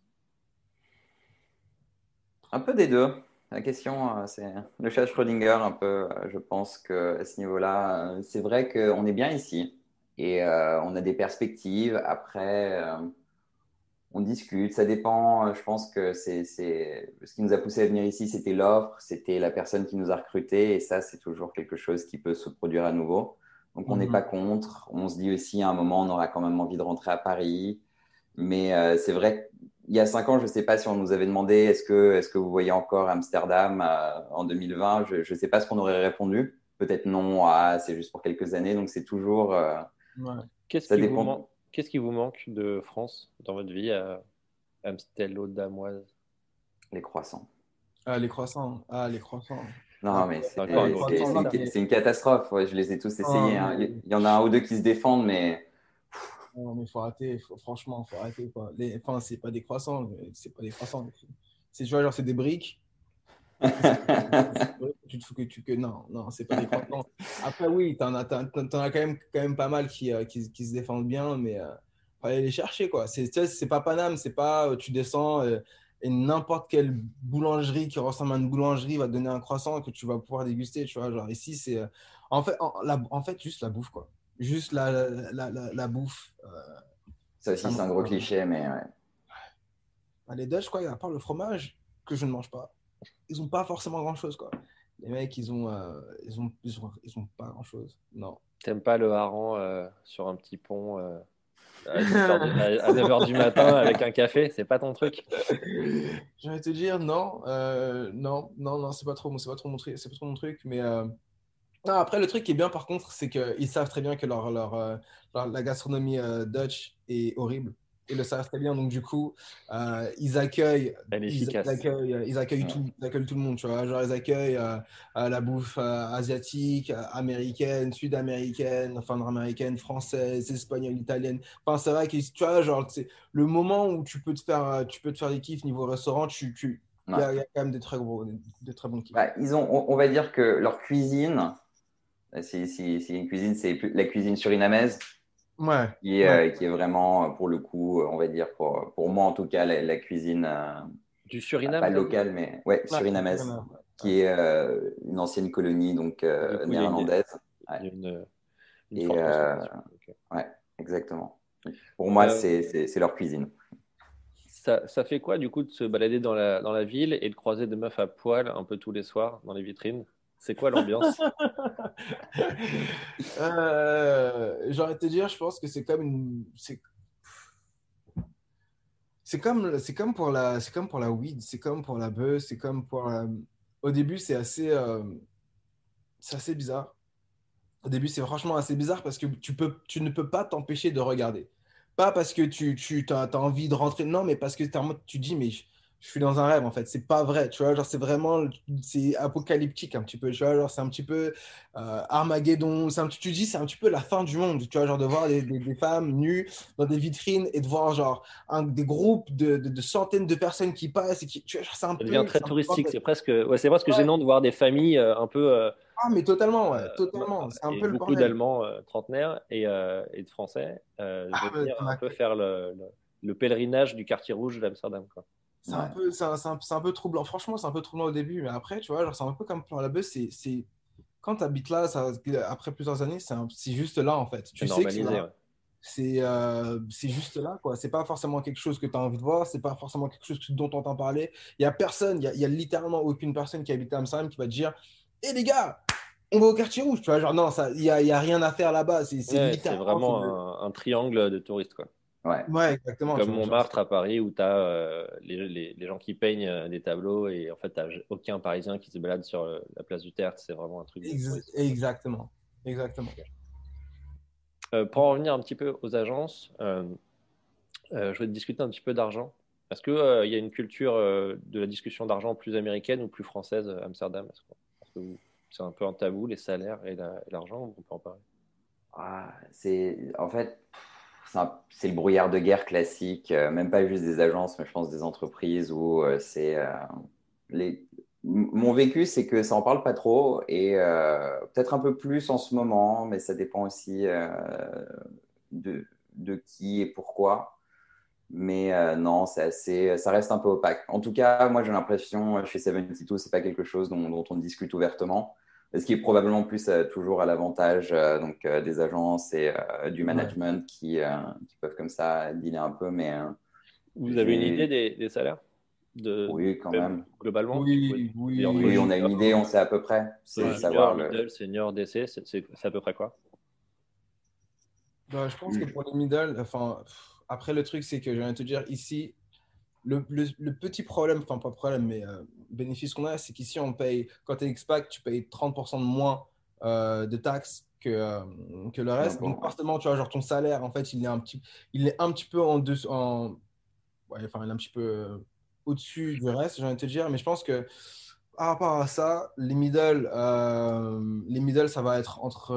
Un peu des deux. La question, c'est le chat Schrödinger, un peu. Je pense que à ce niveau-là, c'est vrai qu'on est bien ici et on a des perspectives. Après, on discute. Ça dépend. Je pense que c'est ce qui nous a poussé à venir ici, c'était l'offre, c'était la personne qui nous a recrutés et ça, c'est toujours quelque chose qui peut se produire à nouveau. Donc, on n'est pas Mhm. contre. On se dit aussi, à un moment, on aura quand même envie de rentrer à Paris. Mais c'est vrai qu'il y a 5 ans, je ne sais pas si on nous avait demandé est-ce que vous voyez encore Amsterdam en 2020. Je ne sais pas ce qu'on aurait répondu. Peut-être non, ah, c'est juste pour quelques années. Donc c'est toujours, Ouais. ça dépend. Qu'est-ce qui vous manque de France dans votre vie à Amstello-Damoise? Les croissants. Ah, les croissants. Ah, les croissants. Non, Après, mais C'est encore un les gros croissants, critère. non, mais, c'est une catastrophe. Ouais, je les ai tous non, essayés, hein. mais, Il y en a un ou deux qui se défendent, mais non, mais faut arrêter. Franchement, faut arrêter, quoi. Enfin, c'est pas des croissants. C'est pas des croissants. Tu vois, genre, c'est des briques. Tu te fous non, non, c'est pas des croissants. Après, oui, t'en as quand même pas mal qui se défendent bien, mais faut aller les chercher, quoi. Tu sais, c'est pas Paname, c'est pas tu descends et n'importe quelle boulangerie qui ressemble à une boulangerie va te donner un croissant que tu vas pouvoir déguster, tu vois. Genre, ici, c'est en fait, juste la bouffe, quoi. Juste la bouffe. ça Ça aussi, c'est un gros cliché, mais ouais. Les Dutch, quoi, à part le fromage que je ne mange pas, ils ont pas forcément grand-chose, quoi. Les mecs, ils ont pas grand-chose. Non. T'aimes pas le hareng sur un petit pont à 9 heures du matin avec un café? C'est pas ton truc? J'ai envie de te dire non, non, non, non, c'est pas trop mon truc. Mais non, après, le truc qui est bien, par contre, c'est qu'ils savent très bien que la gastronomie Dutch est horrible. Ils le savent très bien, donc du coup, ils accueillent, Elle est ils, ils efficace. accueillent, ils accueillent Ouais. tout, ils accueillent tout le monde, tu vois. Genre, ils accueillent la bouffe asiatique, américaine, sud-américaine, enfin nord-américaine, française, espagnole, italienne. Enfin, c'est vrai que, tu vois, genre, c'est le moment où tu peux te faire des kiffs niveau restaurant, Ouais. il y a quand même des très bons kiffs. Bah, on va dire que leur cuisine, si une cuisine, c'est la cuisine surinamaise. Ouais, ouais. Qui est vraiment, pour le coup, on va dire, pour moi en tout cas, la cuisine, Du pas Suriname, t'as dit? locale, mais ouais, Ouais, surinamaise, vraiment. Ouais. qui est une ancienne colonie donc Du coup, néerlandaise. Ouais. il y a une Et forte consommation. Ok. ouais, exactement. Pour moi, Euh, c'est leur cuisine. ça fait quoi du coup de se balader dans la ville et de croiser des meufs à poil un peu tous les soirs dans les vitrines? C'est quoi l'ambiance? J'ai envie de te dire, je pense que c'est comme c'est comme pour la weed, c'est comme pour la buzz, c'est comme pour au début, c'est assez bizarre. Au début, c'est franchement assez bizarre parce que tu ne peux pas t'empêcher de regarder. Pas parce que tu as envie de rentrer, non, mais parce que t'es en mode, tu dis, mais je suis dans un rêve en fait. C'est pas vrai, tu vois. Genre, c'est apocalyptique un petit peu, tu vois. Genre, c'est un petit peu Armageddon. Tu dis, c'est un petit peu la fin du monde, tu vois. Genre, de voir des femmes nues dans des vitrines et de voir, genre, des groupes de centaines de personnes qui passent et qui, tu vois, genre, Ça devient très c'est un peu- touristique. C'est presque Ouais. gênant de voir des familles un peu Ah, mais totalement, ouais, euh, totalement. C'est un et peu le beaucoup bordel. d'Allemands trentenaires et de Français Ah, venir un peu faire le pèlerinage du quartier rouge d'Amsterdam, quoi. Ouais. C'est un peu troublant. Franchement, c'est un peu troublant au début, mais après, tu vois, genre, c'est un peu comme pour la buzz. Quand tu habites là, après plusieurs années, c'est juste là, en fait. C'est Tu sais que c'est normalisé. là. Ouais. C'est juste là, quoi. C'est pas forcément quelque chose que tu as envie de voir. C'est pas forcément quelque chose dont tu entends parler. Il y a personne, il y a littéralement aucune personne qui habite à Amsterdam qui va te dire, hé les gars, on va au quartier rouge. Tu vois, genre, non, il y a rien à faire là-bas. C'est Ouais, c'est littéralement. vraiment un triangle de touristes, quoi. Ouais. Ouais, C'est exactement. comme Tu vois, genre, Montmartre à Paris où tu as les gens qui peignent des tableaux et en fait, tu aucun Parisien qui se balade sur la place du Tertre. C'est vraiment un truc de tourisme. exactement. Exactement. Pour en revenir un petit peu aux agences, je voulais te discuter un petit peu d'argent. Est-ce qu'il y a une culture de la discussion d'argent plus américaine ou plus française à Amsterdam? C'est un peu un tabou, les salaires et l'argent, ou on peut en parler? En fait, c'est le brouillard de guerre classique, même pas juste des agences, mais je pense des entreprises où les... Mon vécu, c'est que ça en parle pas trop et peut-être un peu plus en ce moment, mais ça dépend aussi de, de qui et pourquoi. Mais non, ça reste un peu opaque. En tout cas, moi j'ai l'impression, chez 72, c'est pas quelque chose dont on discute ouvertement. Ce qui est probablement plus toujours à l'avantage des agences et du Ouais. management qui peuvent comme ça dealer un peu. Mais Vous avez une idée j'ai, des salaires oui, quand même même. globalement, si vous pouvez Oui, dire oui, entre Oui, on a oui. une idée, on sait à peu près. C'est Ouais. junior, savoir le. middle, senior, DC, c'est à peu près quoi? Bah, je pense que pour les middle, enfin, après le truc, c'est que je viens de te dire, ici, le petit problème, enfin pas problème, mais bénéfice qu'on a, c'est qu'ici, on paye, quand tu es expat, tu payes 30% de moins de taxes que le reste. D'impôt, Donc ouais. forcément, tu vois, genre ton salaire, en fait, il est un petit peu ouais, enfin, il est un petit peu au-dessus du reste, j'ai envie de te dire. Mais je pense que par rapport à ça, les middle ça va être entre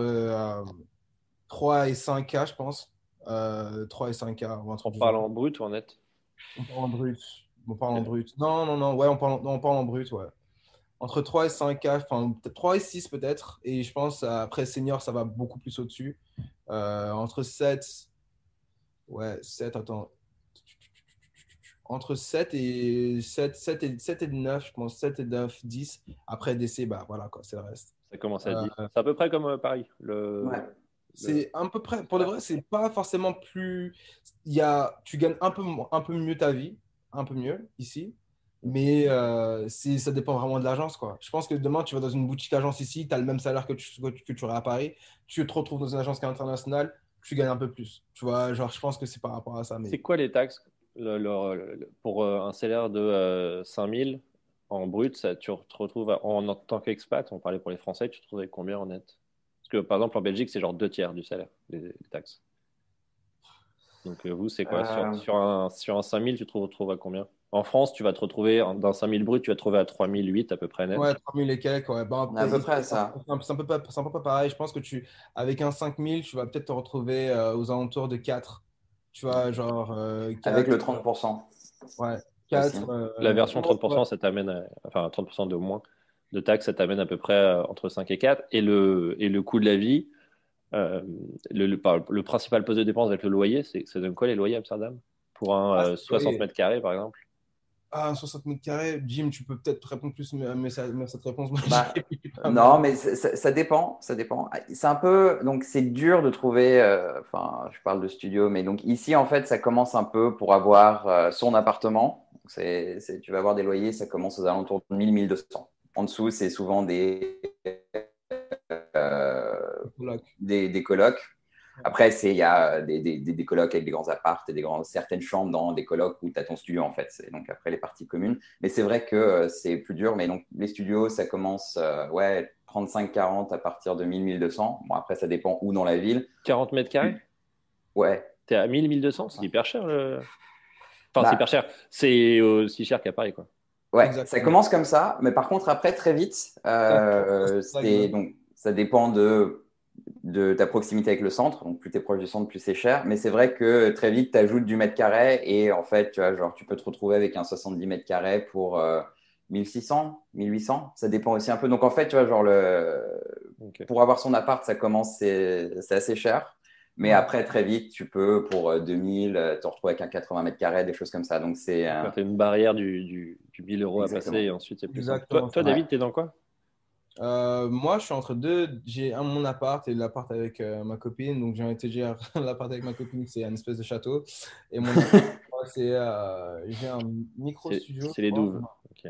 3 et 5K, je pense. 3 et 5K, ou un On truc du parle genre. en brut ou en net? On parle en brut. On parle en Ok. brut. Non, non, non, ouais, on parle en brut, ouais. Entre 3 et 5K, enfin, peut-être 3 et 6 peut-être. Et je pense, après senior, ça va beaucoup plus au-dessus. Entre 7, ouais, 7 attends. Entre 7 et 9 je pense. 7 et 9 10. Après DC, bah voilà, quoi, c'est le reste. Ça commence à Euh, 10. C'est à peu près comme Paris. Ouais. Le... c'est à peu près, pour de vrai, c'est pas forcément plus. Tu gagnes un peu mieux ta vie, un peu mieux ici, mais ça dépend vraiment de l'agence, quoi. Je pense que demain, tu vas dans une boutique agence ici, tu as le même salaire que tu aurais à Paris, tu te retrouves dans une agence qui est internationale, tu gagnes un peu plus. Tu vois, genre, je pense que c'est par rapport à ça, mais C'est quoi les taxes pour un salaire de 5000 en brut, tu te retrouves en tant qu'expat, on parlait pour les Français, tu te retrouves avec combien en net? Parce que par exemple en Belgique, c'est genre 2 tiers du salaire, les taxes. Donc vous, c'est quoi? Euh, Sur un 5000, tu te retrouves à combien? En France, tu vas te retrouver, dans 5000 brut, tu vas te trouver à 3008 à peu près net. ouais, 3000 et quelques, ouais. Ben, on est à peu près à c'est ça. c'est un peu pas pareil. Je pense que avec un 5000 tu vas peut-être te retrouver aux alentours de 4. Tu vois, genre Avec le 4, 30% ouais, aussi. 4. La version Ouais. 30%, ça t'amène enfin 30% de moins de taxes, ça t'amène à peu près entre 5 et 4. Et le coût de la vie, euh, le principal poste de dépense avec le loyer, ça donne quoi les loyers à Amsterdam? Pour Ah, un c'est 60 curieux. mètres carrés, par exemple? Ah, 60 mètres carrés, Jim, tu peux peut-être répondre plus, mais cette réponse, moi, Bah, j'ai pas non, vraiment. mais ça dépend, ça dépend. C'est un peu, donc c'est dur de trouver, enfin, je parle de studio, mais donc ici, en fait, ça commence un peu pour avoir son appartement. Donc, tu vas avoir des loyers, ça commence aux alentours de 1000-1200. En dessous, c'est souvent euh, Coloc. des colocs. Après, il y a des colocs avec des grands apparts et certaines chambres dans des colocs où tu as ton studio, en fait. C'est donc après les parties communes. Mais c'est vrai que c'est plus dur. Mais donc, les studios, ça commence, ouais, 35-40 à partir de 1000-1200. Bon, après, ça dépend où dans la ville. 40 mètres carrés? Ouais. T'es à 1000, 1200? C'est hyper cher. Enfin, c'est hyper cher. C'est aussi cher qu'à Paris, quoi. Ouais, Exactement. ça commence comme ça, mais par contre, après, très vite, donc, ça dépend de ta proximité avec le centre. Donc, plus tu es proche du centre, plus c'est cher. Mais c'est vrai que très vite, tu ajoutes du mètre carré et en fait, tu vois, genre, tu peux te retrouver avec un 70 mètres carrés pour 1600, 1800. Ça dépend aussi un peu. Donc, en fait, tu vois, genre, pour avoir son appart, ça commence, c'est assez cher. Mais après, très vite, tu peux, pour 2000, te retrouver avec un 80 mètres carrés, des choses comme ça. Donc, c'est. Tu as une barrière du 1000 euros à passer et ensuite c'est plus simple. Exactement. Toi David, t'es dans quoi? Moi, je suis entre deux. J'ai mon appart et l'appart avec ma copine. Donc, j'ai été dire l'appart avec ma copine, c'est un espèce de château. Et mon appart, c'est j'ai un micro-studio. C'est les douves. Ok.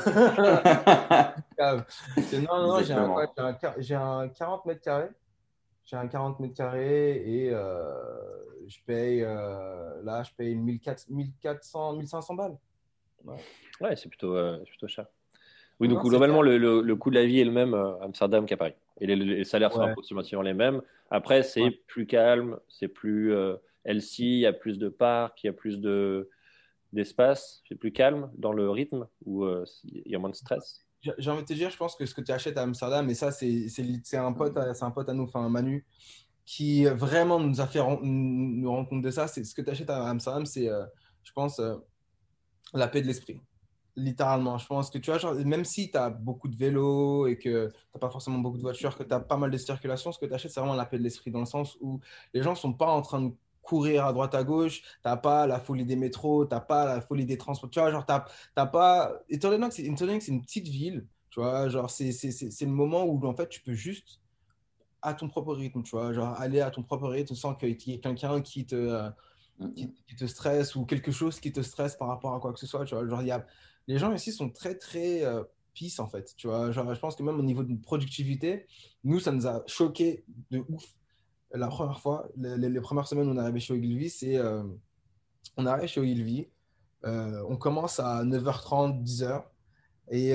Non, non, Exactement. j'ai un 40 mètres carrés. J'ai un 40 mètres carrés et je paye, là, je paye 1400, 1500 balles. Ouais, c'est plutôt cher. Oui, donc Non, c'est globalement, cher. le coût de la vie est le même à Amsterdam qu'à Paris. Et les salaires sont Ouais, approximativement les mêmes. Après, c'est ouais. plus calme, c'est plus healthy, il y a plus de parcs, il y a plus d'espace, c'est plus calme dans le rythme, où il y a moins de stress. J'ai envie de te dire, je pense que ce que tu achètes à Amsterdam, et ça, c'est un pote à nous, enfin Manu, qui vraiment nous a fait nous rendre compte de ça. C'est ce que tu achètes à Amsterdam, c'est, je pense, la paix de l'esprit. Littéralement, je pense que tu vois, genre, même si tu as beaucoup de vélos et que tu n'as pas forcément beaucoup de voitures, que tu as pas mal de circulation, ce que tu achètes, c'est vraiment la paix de l'esprit dans le sens où les gens ne sont pas en train de courir à droite à gauche, tu n'as pas la folie des métros, tu n'as pas la folie des transports, tu vois, genre, t'as pas. Étant donné que c'est une petite ville, tu vois, genre, c'est le moment où en fait tu peux juste à ton propre rythme, tu vois, genre aller à ton propre rythme sans qu'il y ait quelqu'un qui te stresse ou quelque chose qui te stresse par rapport à quoi que ce soit, tu vois, genre, les gens ici sont très, très peace, en fait, tu vois, genre, je pense que même au niveau de productivité, nous, ça nous a choqué de ouf la première fois, les premières semaines où on est arrivé chez Ogilvy, on arrive chez Ogilvy, on commence à 9h30, 10h, et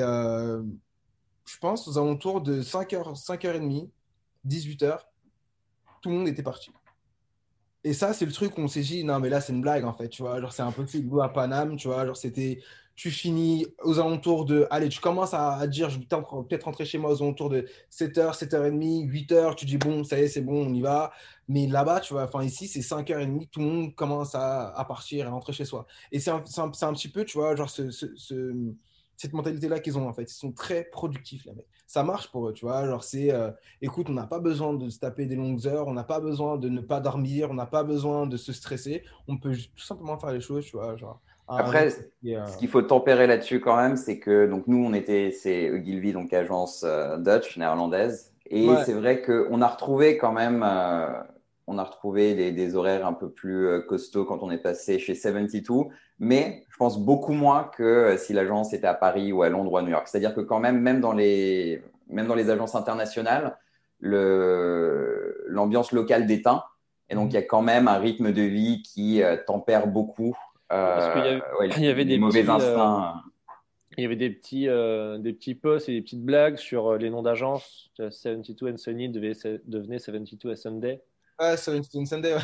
je pense aux alentours de 5h, 5h30, 18h, tout le monde était parti. Et ça, c'est le truc où on s'est dit, non, mais là, c'est une blague, en fait, tu vois, genre, c'est impossible. Nous, à Paname, tu vois, genre, tu finis aux alentours de, allez, tu commences à dire, je vais peut-être rentrer chez moi aux alentours de 7h, 7h30, 8h, tu dis, bon, ça y est, c'est bon, on y va. Mais là-bas, tu vois, enfin, ici, c'est 5h30, tout le monde commence à partir et à rentrer chez soi. Et c'est un petit peu, tu vois, genre, cette mentalité-là qu'ils ont, en fait. Ils sont très productifs, les mecs. Ça marche pour eux, tu vois, genre, écoute, on n'a pas besoin de se taper des longues heures, on n'a pas besoin de ne pas dormir, on n'a pas besoin de se stresser, on peut tout simplement faire les choses, tu vois, genre, à un Après, rythme ce qu'il faut tempérer là-dessus quand même, c'est que donc nous, c'est Ogilvy, donc agence Dutch, néerlandaise. Et Ouais, c'est vrai qu'on a retrouvé quand même, on a retrouvé des horaires un peu plus costauds quand on est passé chez 72, mais je pense beaucoup moins que si l'agence était à Paris ou à Londres ou à New York. C'est-à-dire que quand même, même dans les agences internationales, l'ambiance locale déteint. Et donc, il y a quand même un rythme de vie qui tempère beaucoup Est-ce qu'il y ouais, il y avait les mauvais instincts. il y avait des petits posts et des petites blagues sur les noms d'agences. 72 and Sunny devenait 72 and Sunday. ouais, sur une Sunday, ouais.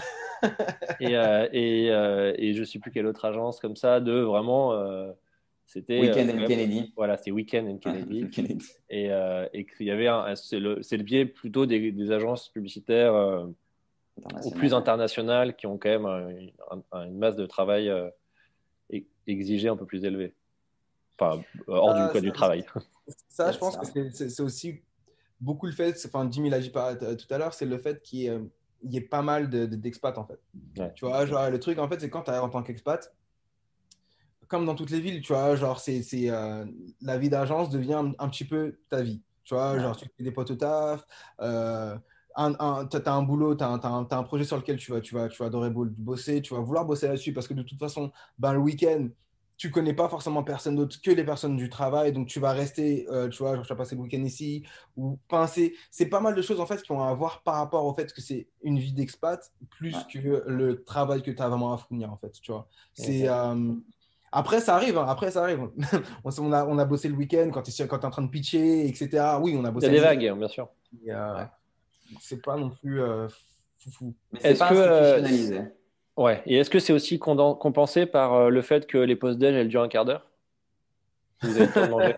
Et je ne sais plus quelle autre agence comme ça, de vraiment, c'était Weekend quand and même, Kennedy. voilà, c'est Weekend and Ouais, Kennedy. Kennedy. Et qu'il y avait c'est le biais plutôt des agences publicitaires ou plus International. internationales qui ont quand même une masse de travail exigée un peu plus élevée. Enfin, hors du Ça, code du ça, travail. Il y ça, a je de pense que ça. c'est aussi beaucoup le fait, enfin, Jimmy l'a dit tout à l'heure, c'est le fait qu'il y ait pas mal d'expats, en fait. Ouais. Tu vois, genre, le truc, en fait, c'est quand tu arrives en tant qu'expat, comme dans toutes les villes, tu vois, genre, la vie d'agence devient un petit peu ta vie. Tu vois, Ouais. genre, tu fais des potes au taf, t'as un boulot, t'as un projet sur lequel tu vas adorer bosser, tu vas vouloir bosser là-dessus parce que de toute façon, ben, le week-end, tu connais pas forcément personne d'autre que les personnes du travail, donc tu vas rester, tu vois, genre, tu vas passer le week-end ici, ou, enfin, c'est pas mal de choses en fait qui ont à voir par rapport au fait que c'est une vie d'expat plus Ouais. que le travail que tu as vraiment à fournir en fait, tu vois. C'est. Ok. Après, ça arrive, hein, après, ça arrive. On a bossé le week-end quand tu es, en train de pitcher, etc. Oui, on a Il y a bossé à des 10 vagues, bien sûr. mais, Ouais. c'est pas non plus foufou. Mais c'est Est-ce pas que institutionnalisé. Ouais. Et est-ce que c'est aussi compensé par le fait que les pauses déj, elles durent un quart d'heure? Vous avez le temps de manger?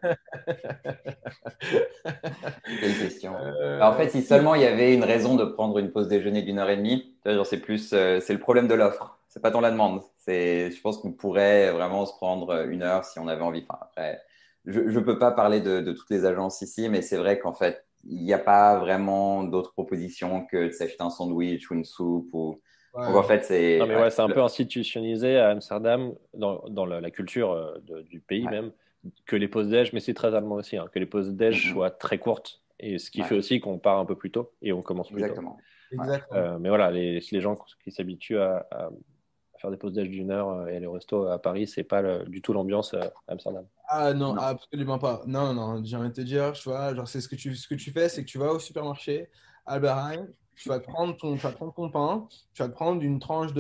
Quelle question. Bah, en fait, si Oui. seulement il y avait une raison de prendre une pause déjeuner d'1 heure et demie, tu vois, genre, c'est plus, c'est le problème de l'offre. C'est pas tant la demande. Je pense qu'on pourrait vraiment se prendre 1 heure si on avait envie. Enfin, après, je peux pas parler de toutes les agences ici, mais c'est vrai qu'en fait, il n'y a pas vraiment d'autres propositions que de s'acheter un sandwich ou une soupe donc en Ouais. fait, Non, c'est, mais ouais, ouais, c'est un peu institutionnalisé à Amsterdam, dans la culture du pays ouais. même, que les pauses déj, mais c'est très allemand aussi, hein, que les pauses Mm, déj mm. soient très courtes. Et ce qui fait Ouais, aussi qu'on part un peu plus tôt et on commence plus tôt. exactement. Ouais. Exactement. Mais voilà, les gens qui s'habituent à faire des pauses déj d'1 heure et aller au resto à Paris, c'est pas du tout l'ambiance à Amsterdam. Ah non, Non. absolument pas. Non, non, j'ai envie de te dire, tu vois, genre, c'est ce que tu fais, c'est que tu vas au supermarché, Albert Heijn, tu vas prendre ton pain, tu vas te prendre une tranche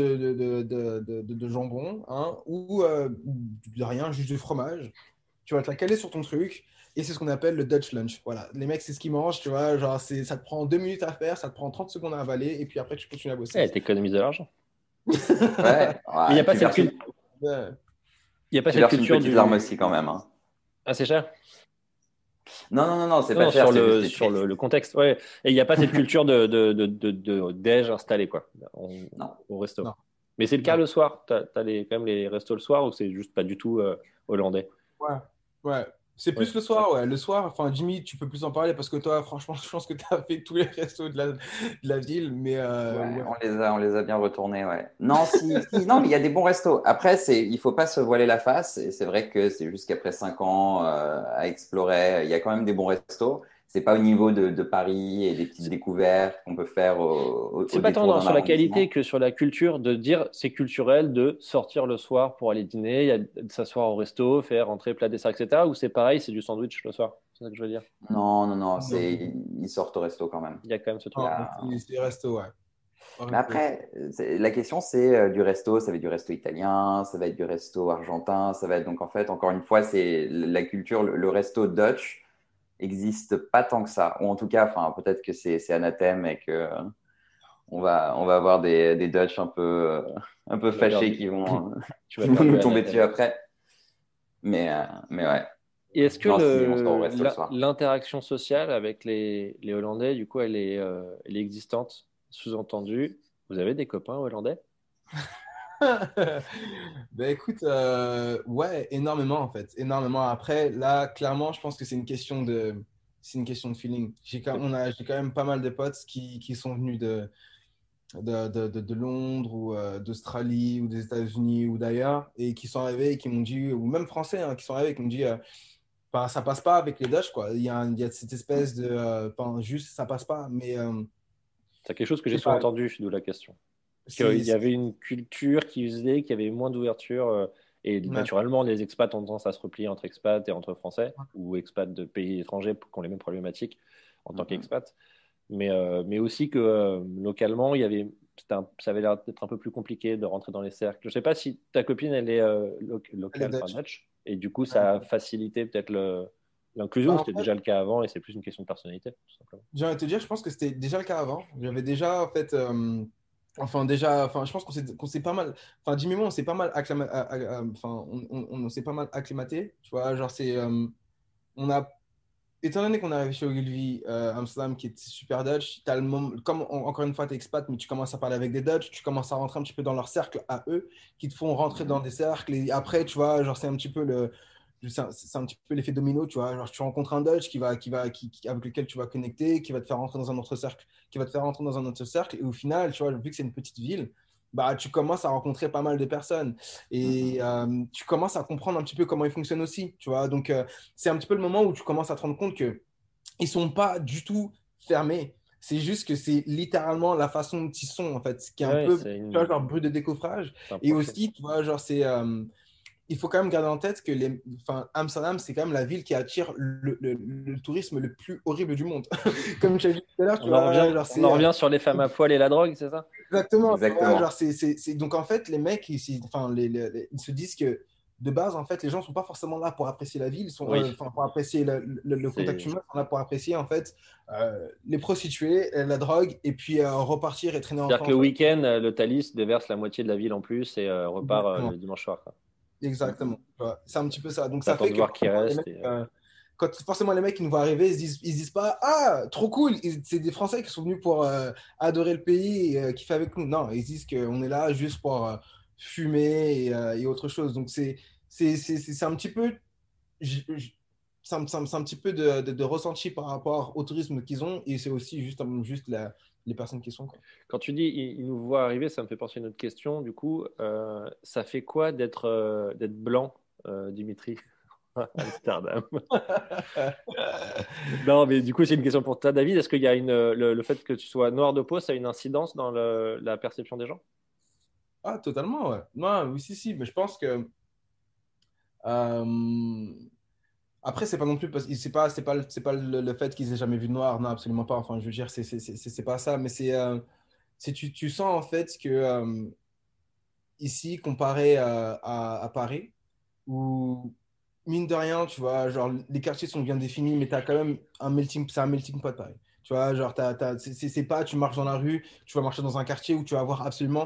de jambon, hein, ou de rien, juste du fromage. Tu vas te la caler sur ton truc, et c'est ce qu'on appelle le Dutch lunch. Voilà, les mecs, c'est ce qu'ils mangent, tu vois, genre, ça te prend 2 minutes à faire, ça te prend 30 secondes à avaler, et puis après, tu continues à bosser. Ouais, t'économises de l'argent. Ouais, Mais il n'y a ouais, pas cette Ouais. il y a pas tu cette verses une culture petite larme du. aussi quand même, hein. Ah, c'est cher? Non, non, non, non, c'est Non, pas non, cher, sur c'est juste le, c'est sur triste. le contexte. Ouais. Et il n'y a pas cette culture de déj installé, quoi, Non, au resto. Non, Mais c'est le cas non. le soir. T'as quand même les restos le soir ou c'est juste pas du tout hollandais? Ouais, ouais. C'est Oui. plus le soir, ouais. Le soir, enfin, Jimmy, tu peux plus en parler parce que toi, franchement, je pense que tu as fait tous les restos de la ville, mais ouais, ouais. on les a bien retournés, ouais. Non, si, non, mais il y a des bons restos. Après, il faut pas se voiler la face. Et c'est vrai que c'est juste qu'après 5 ans à explorer, il y a quand même des bons restos. C'est pas au niveau de Paris et des petites C'est découvertes qu'on peut faire au c'est pas tant détour d'un sur la qualité arrondissement. que sur la culture de dire c'est culturel de sortir le soir pour aller dîner, de s'asseoir au resto, faire entrer plat, dessert, etc. Ou c'est pareil, c'est du sandwich le soir. C'est ça que je veux dire. Non, non, non, Non, ils sortent au resto quand même. Il y a quand même ce Il y truc. non, a, c'est resto, ouais. Au Mais resto. après, la question, c'est du resto, ça va être du resto italien, ça va être du resto argentin, ça va être donc en fait, encore une fois, c'est la culture, le resto Dutch existe pas tant que ça, ou en tout cas, enfin, peut-être que c'est anathème et que on va avoir des Dutch un peu Tu vas faire fâchés du, qui vont, tu vas qui faire vont du nous tomber dessus anathème. après. Mais ouais. Et est-ce que Non, si, on sort au resto le soir. l'interaction sociale avec les Hollandais, du coup, elle est existante? Sous-entendu, vous avez des copains hollandais? Ben écoute, ouais, énormément en fait, énormément. Après, là, clairement, je pense que c'est une question de feeling. J'ai quand même pas mal de potes qui sont venus de Londres ou d'Australie ou des États-Unis ou d'ailleurs et qui sont arrivés et qui m'ont dit, ou même français, hein, qui sont arrivés et qui m'ont dit, enfin, ça passe pas avec les Dutch, quoi. Il y a cette espèce de, enfin, juste, ça passe pas. Mais C'est quelque chose que je j'ai sais souvent pas, entendu, d'où la question. Qu'il c'est, y avait une culture qui faisait qu'il y avait moins d'ouverture. Et ouais. naturellement, les expats ont tendance à se replier entre expats et entre Français, ou expats de pays étrangers qui ont les mêmes problématiques en tant Mhm. qu'expats. Mais aussi que localement, ça avait l'air d'être un peu plus compliqué de rentrer dans les cercles. Je ne sais pas si ta copine, elle est Les locale, enfin Dutch. Dutch, et du coup, Ouais. ça a facilité peut-être l'inclusion, Bah, ou en c'était fait, déjà le cas avant et c'est plus une question de personnalité, tout simplement. j'ai envie de te dire, je pense que c'était déjà le cas avant. J'avais déjà, en fait, enfin, déjà, enfin, je pense qu'on s'est pas mal, enfin, Jimmy et moi, on s'est pas mal enfin, on s'est pas mal acclimaté, tu vois, genre, on a, étant donné qu'on est arrivé chez Ogilvy, Amsterdam, qui est super Dutch, comme encore une fois, tu es expat, mais tu commences à parler avec des Dutch, tu commences à rentrer un petit peu dans leur cercle à eux, qui te font rentrer dans Mhm. des cercles, et après, tu vois, genre, c'est un petit peu l'effet domino, tu vois. Genre, tu rencontres un Dutch avec lequel tu vas connecter, qui va te faire rentrer dans un autre cercle, qui va te faire rentrer dans un autre cercle. Et au final, tu vois, vu que c'est une petite ville, bah, tu commences à rencontrer pas mal de personnes. Et Mhm. tu commences à comprendre un petit peu comment ils fonctionnent aussi, tu vois. Donc, c'est un petit peu le moment où tu commences à te rendre compte que ils sont pas du tout fermés. C'est juste que c'est littéralement la façon dont ils sont, en fait, ce qui est un Ouais, peu, tu vois, genre, brut de décoffrage. c'est un Et profil. aussi, tu vois, genre, il faut quand même garder en tête que enfin, Amsterdam, c'est quand même la ville qui attire le tourisme le plus horrible du monde. Comme tu as dit tout à l'heure, tu vois, genre, On en revient sur les femmes à poil et la drogue, c'est ça? exactement, tu vois, genre, Exactement. donc en fait, les mecs, enfin, ils se disent que de base, en fait, les gens ne sont pas forcément là pour apprécier la ville, ils sont Oui. pour apprécier le contact C'est- humain, ils sont là pour apprécier, en fait, les prostituées, la drogue, et puis repartir et traîner C'est-à-dire que le ensemble. week-end, le Thalys déverse la moitié de la ville en plus et repart Exactement. le dimanche soir, quoi. Exactement. Tu vois, c'est un petit peu ça. Donc, ça T'attends fait de que voir qui forcément, les reste. mecs, quand forcément les mecs qui nous voient arriver, ils se disent pas, ah, trop cool, c'est des Français qui sont venus pour adorer le pays et kiffer avec nous. Non, ils se disent qu'on est là juste pour fumer et autre chose. Donc, c'est un petit peu, c'est un petit peu de ressenti par rapport au tourisme qu'ils ont et c'est aussi juste les personnes qui sont, quoi. Quand tu dis ils nous voient arriver, ça me fait penser à une autre question. Du coup, ça fait quoi d'être blanc, Dimitri, à Amsterdam? Non, mais du coup, c'est une question pour toi, David. Est-ce qu'il y a le fait que tu sois noir de peau, ça a une incidence dans la perception des gens? Ah, totalement, ouais. Non, oui, si, si, mais je pense que. euh, Après, c'est pas non plus parce c'est pas le fait qu'ils aient jamais vu de noir, non, absolument pas. Enfin, je veux dire, c'est pas ça, mais tu sens en fait que ici, comparé à Paris, où mine de rien, tu vois, genre les quartiers sont bien définis, mais tu as quand même c'est un melting pot Paris. Tu vois, genre, c'est pas, tu marches dans la rue, tu vas marcher dans un quartier où tu vas avoir absolument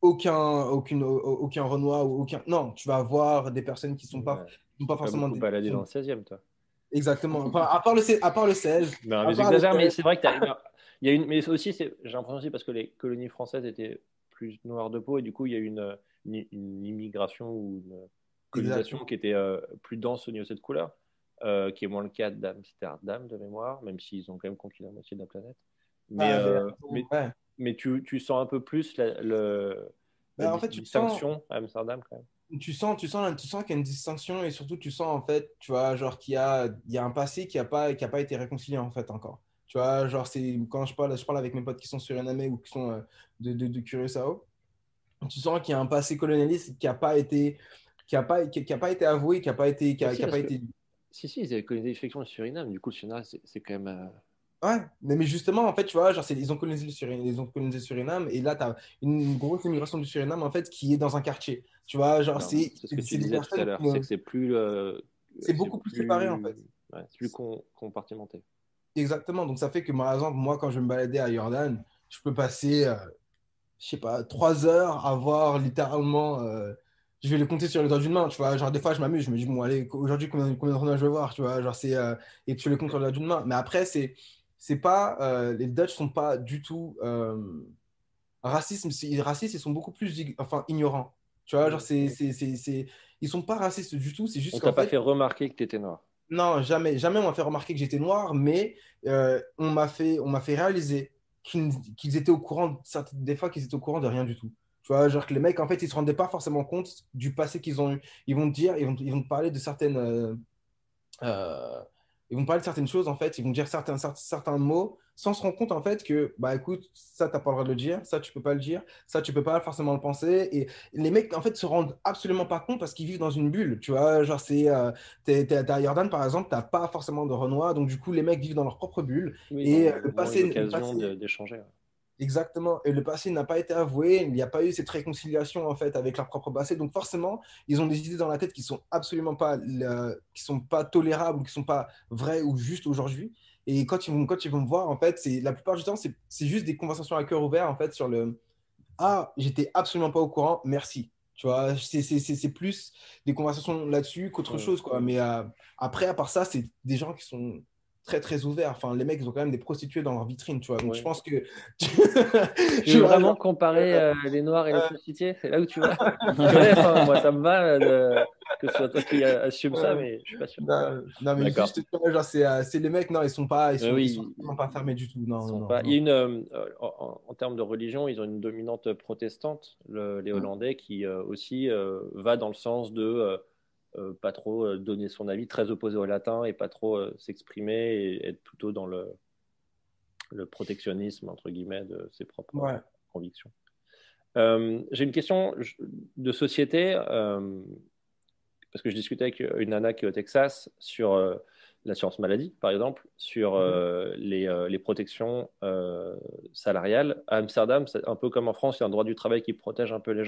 aucun Renoir ou aucun. Non, tu vas avoir des personnes Ouais. qui sont pas Pas forcément beaucoup des. baladé dans le 16e, toi. Exactement. Enfin, à part le 16, Non, à mais part le j'exagère, mais 16, c'est vrai que il y a une, mais aussi, j'ai l'impression aussi parce que les colonies françaises étaient plus noires de peau et du coup, il y a eu une immigration ou une colonisation exactement. qui était plus dense au niveau de cette couleur, qui est moins le cas d'Amsterdam de mémoire, même s'ils ont quand même conquis la moitié de la planète. Mais, Ah, ben, euh, mais, ouais. mais tu sens un peu plus la Ben, en fait, distinction à Amsterdam quand même. tu sens qu'il y a une distinction et surtout tu sens en fait, tu vois, genre il y a un passé qui a pas été réconcilié en fait encore. Tu vois, genre c'est quand je parle avec mes potes qui sont surinamés ou qui sont de Curaçao, tu sens qu'il y a un passé colonialiste qui a pas été avoué, Mais si, qui a parce pas que été. si, ils avaient colonisé effectivement le Suriname. Du coup, le Suriname, c'est quand même. Ouais, mais justement, en fait, tu vois, genre, ils ont colonisé le Suriname, et là, tu as une grosse immigration du Suriname, en fait, qui est dans un quartier. Tu vois, genre, Non, c'est ce que tu c'est des disais tout à personnes l'heure. C'est que c'est c'est beaucoup plus séparé, en plus, fait. ouais, c'est plus compartimenté. Exactement. Donc, ça fait que, par exemple, moi, quand je vais me balader à Jordan, je peux passer, je sais pas, 3 heures à voir littéralement. Je vais les compter sur les doigts d'une main, tu vois. Genre, des fois, je m'amuse, je me dis, bon, allez, aujourd'hui, combien de Renois je vais voir, tu vois. Genre, et tu les comptes sur les doigts d'une main. Mais après, c'est pas. Les Dutch sont pas du tout racistes, ils sont beaucoup plus enfin, ignorants. Tu vois, genre, Mm. ils sont pas racistes du tout, c'est On juste t'a qu'en pas fait, fait remarquer que tu étais noir. non, jamais, jamais on m'a fait remarquer que j'étais noir, mais on m'a fait réaliser qu'ils étaient au courant, des fois qu'ils étaient au courant de rien du tout. Tu vois, genre que les mecs, en fait, ils se rendaient pas forcément compte du passé qu'ils ont eu. Ils vont te dire, ils vont te parler de euh, ils vont parler de certaines choses, en fait, ils vont dire certains mots sans se rendre compte, en fait, que, bah écoute, ça, t'as pas le droit de le dire, ça, tu peux pas le dire, ça, tu peux pas forcément le penser. Et les mecs, en fait, se rendent absolument pas compte parce qu'ils vivent dans une bulle, tu vois. Genre, t'es à Jordan, par exemple, t'as pas forcément de Renoir, donc du coup, les mecs vivent dans leur propre bulle. Oui, ils Et ont moins eu l'occasion d'échanger. Ouais. exactement. Et le passé n'a pas été avoué. Il n'y a pas eu cette réconciliation en fait avec leur propre passé. Donc forcément, ils ont des idées dans la tête qui sont absolument pas, qui sont pas tolérables, ou qui sont pas vraies ou justes aujourd'hui. Et quand ils vont me voir, en fait, c'est la plupart du temps, c'est juste des conversations à cœur ouvert en fait sur le ah, j'étais absolument pas au courant, merci. Tu vois, c'est plus des conversations là-dessus qu'autre Mm. chose, quoi. Mais après, à part ça, c'est des gens qui sont très, très ouverts. Enfin, les mecs, ils ont quand même des prostituées dans leur vitrine, tu vois. Donc, je Ouais. pense que... Tu Tu veux vois, vraiment genre... comparer euh, les Noirs et les euh, prostituées? C'est là où tu vas? Purée, enfin, moi, ça me va que ce soit toi qui assume ça, euh, mais je suis pas sûr. non, mais juste, D'accord. tu vois, genre, c'est les mecs, non, ils sont Oui, absolument pas fermés du tout. ils Non, non, sont non, pas. Il y a non. en termes de religion, ils ont une dominante protestante, les Hollandais, qui aussi va dans le sens de pas trop donner son avis, très opposé au latin et pas trop s'exprimer et être plutôt dans le protectionnisme entre guillemets de ses propres Ouais. convictions. J'ai une question de société. Parce que je discutais avec une nana qui est au Texas sur l'assurance maladie, par exemple, sur Mhm. les protections salariales. À Amsterdam, c'est un peu comme en France, il y a un droit du travail qui protège un peu les gens.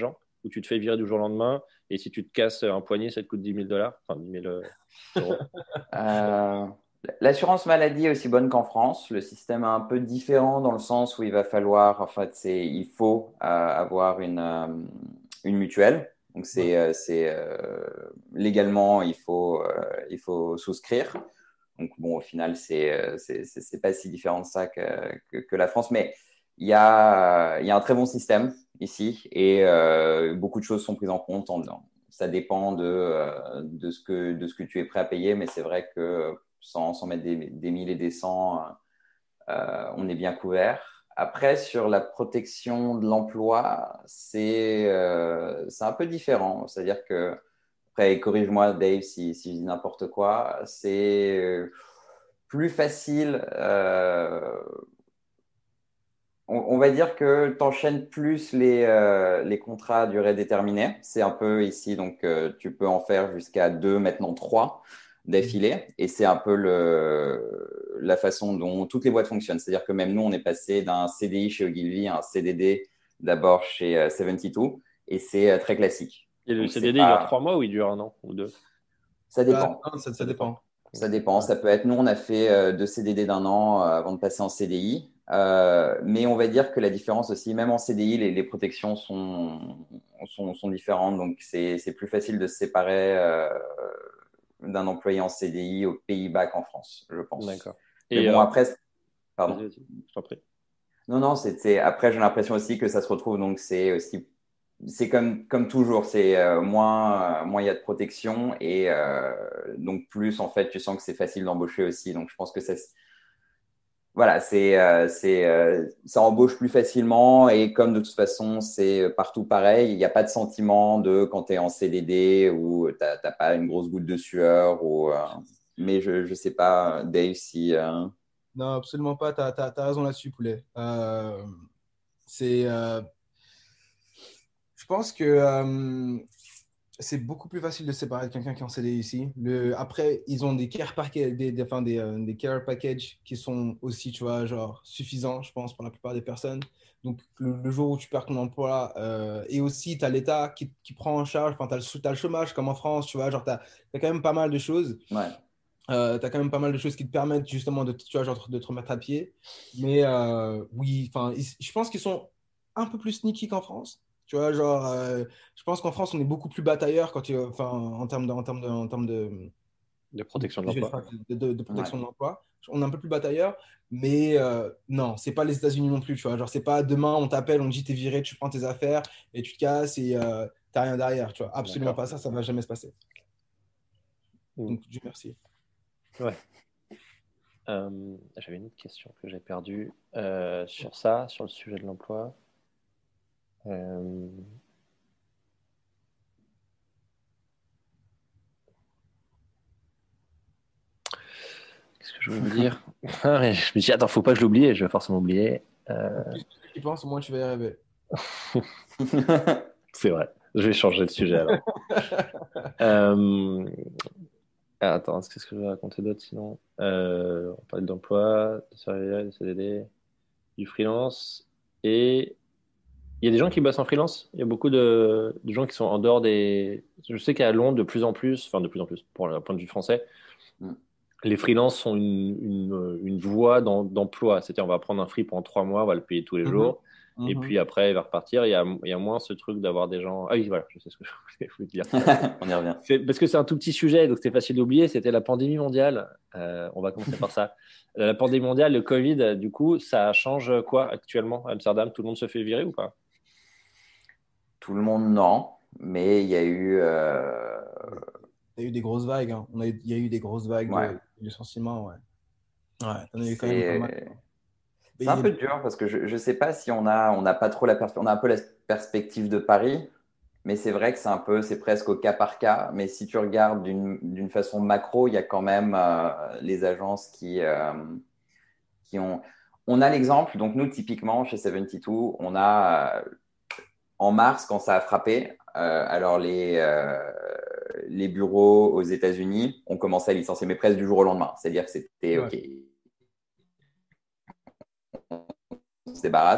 où tu te fais virer du jour au lendemain et si tu te casses un poignet, ça te coûte 10 000 $, enfin 10 000 euros. L'assurance maladie est aussi bonne qu'en France. Le système est un peu différent dans le sens où il va falloir, en fait, il faut avoir une mutuelle. Donc, légalement, il faut souscrire. Donc, bon, au final, c'est pas si différent de ça que la France. Mais il y a un très bon système ici et beaucoup de choses sont prises en compte. Ça dépend de ce que tu es prêt à payer, mais c'est vrai que sans mettre des mille et des cents, on est bien couvert. Après, sur la protection de l'emploi, c'est un peu différent. C'est-à-dire que, après, corrige-moi, Dave, si je dis n'importe quoi, c'est plus facile. On va dire que tu enchaînes plus les contrats à durée déterminée. C'est un peu ici, donc tu peux en faire jusqu'à 2, maintenant 3 d'affilée. Et c'est un peu la façon dont toutes les boîtes fonctionnent. C'est-à-dire que même nous, on est passé d'un CDI chez Ogilvy à un CDD d'abord chez 72. Et c'est très classique. Et le Donc, CDD, il dure 3 mois ou il dure 1 an ou 2? ça dépend. Ça dépend. Ça dépend. Ça peut être, nous, on a fait 2 CDD d'1 an avant de passer en CDI. Mais on va dire que la différence aussi, même en CDI, les protections sont différentes. Donc, c'est plus facile de se séparer d'un employé en CDI aux Pays-Bas qu'en France, je pense. D'accord. Mais bon, après, pardon. Vas-y, je t'en prie. Non, après, j'ai l'impression aussi que ça se retrouve. Donc, c'est comme toujours, c'est moins il y a de protection et donc plus, en fait, tu sens que c'est facile d'embaucher aussi. Donc, je pense que voilà, ça embauche plus facilement et comme de toute façon, c'est partout pareil, il n'y a pas de sentiment de quand tu es en CDD où tu n'as pas une grosse goutte de sueur. Mais je ne sais pas, Dave, si… Non, absolument pas. Tu as raison là-dessus, poulet. C'est, je pense que c'est beaucoup plus facile de se séparer de quelqu'un qui est en CDI ici. Après, ils ont des care packages, des care packages qui sont aussi, tu vois, genre suffisants, je pense, pour la plupart des personnes. Donc, le jour où tu perds ton emploi, et aussi, tu as l'État qui prend en charge, enfin, tu as le chômage comme en France, tu vois, genre, tu as quand même pas mal de choses. Ouais. Tu as quand même pas mal de choses qui te permettent justement tu vois, genre, de te remettre à pied. Mais oui, je pense qu'ils sont un peu plus sneaky qu'en France. Tu vois, genre, je pense qu'en France, on est beaucoup plus batailleur en termes De protection de l'emploi. de protection de l'emploi. On est un peu plus batailleur, mais non, c'est pas les États-Unis non plus. Tu vois, genre, c'est pas demain, on t'appelle, on te dit t'es viré, tu prends tes affaires et tu te casses et t'as rien derrière. Tu vois, absolument pas ça, ça va jamais se passer. Donc, Dieu merci. Ouais. J'avais une autre question que j'ai perdue sur ça, sur le sujet de l'emploi. Qu'est-ce que je veux vous dire? Je me suis dit, attends, faut pas que je l'oublie, je vais forcément oublier. Plus tu penses, au moins tu vas y arriver. C'est vrai, je vais changer de sujet alors. Attends, qu'est-ce que je vais raconter d'autre sinon? On parlait d'emploi, de salariat, de CDD, du freelance. Et il y a des gens qui bossent en freelance. Il y a beaucoup de gens qui sont en dehors des. Je sais qu'à Londres, de plus en plus, pour le point de vue français, les freelances sont une voie d'emploi. C'est-à-dire, on va prendre un free pendant 3 mois, on va le payer tous les jours. Et puis après, il va repartir. Il y a moins ce truc d'avoir des gens. Ah oui, voilà, je sais ce que je voulais dire. On y revient. Parce que c'est un tout petit sujet, donc c'était facile d'oublier. C'était la pandémie mondiale. On va commencer par ça. La pandémie mondiale, le Covid, du coup, ça change quoi actuellement à Amsterdam? Tout le monde se fait virer ou pas? Tout le monde, non. Mais il y a eu… Il y a eu des grosses vagues. Hein. Il y a eu des grosses vagues de licenciements. Ouais. Ouais, t'en as eu quand même pas mal. C'est un peu dur parce que je ne sais pas si on a pas trop on a un peu la perspective de Paris, mais c'est vrai que c'est presque au cas par cas. Mais si tu regardes d'une façon macro, il y a quand même les agences qui ont. On a l'exemple, donc nous typiquement chez 72, on a en mars quand ça a frappé, alors les bureaux aux États-Unis ont commencé à licencier, mais presque du jour au lendemain. C'est-à-dire que c'était OK. On se débarrasse.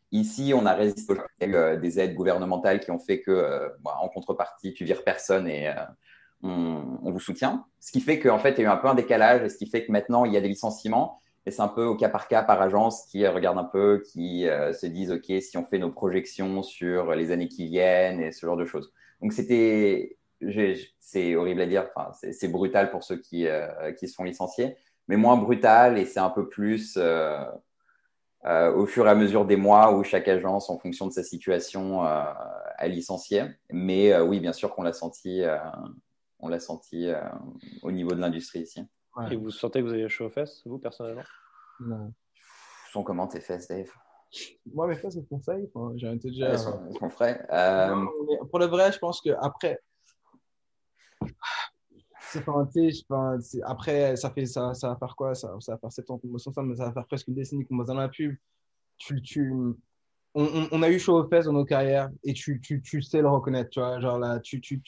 Ici, on a résisté des aides gouvernementales qui ont fait que, en contrepartie, tu vires personne et on vous soutient. Ce qui fait qu'en fait, il y a eu un peu un décalage et ce qui fait que maintenant, il y a des licenciements. Et c'est un peu au cas par cas, par agence, qui regardent un peu, qui se disent, OK, si on fait nos projections sur les années qui viennent et ce genre de choses. Donc, c'est horrible à dire, enfin, c'est brutal pour ceux qui se font licencier, mais moins brutal et c'est un peu plus au fur et à mesure des mois où chaque agence, en fonction de sa situation, a licencié. Mais oui, bien sûr qu'on l'a senti, au niveau de l'industrie ici. Et vous sentez que vous avez chaud aux fesses, vous, personnellement? Non. Sont comment tes fesses, Dave? Moi, mes frères, c'est conseil. Enfin, j'ai envie de te dire. Elles sont frais. Non, mais pour le vrai, je pense que après, enfin, tu sais, enfin, après, ça va faire quoi? Ça va faire 7 ans qu'on bosse ensemble, mais ça va faire presque une décennie qu'on bosse dans la pub. Tu, tu, on a eu chaud aux fesses dans nos carrières et tu sais le reconnaître, tu vois. Genre là,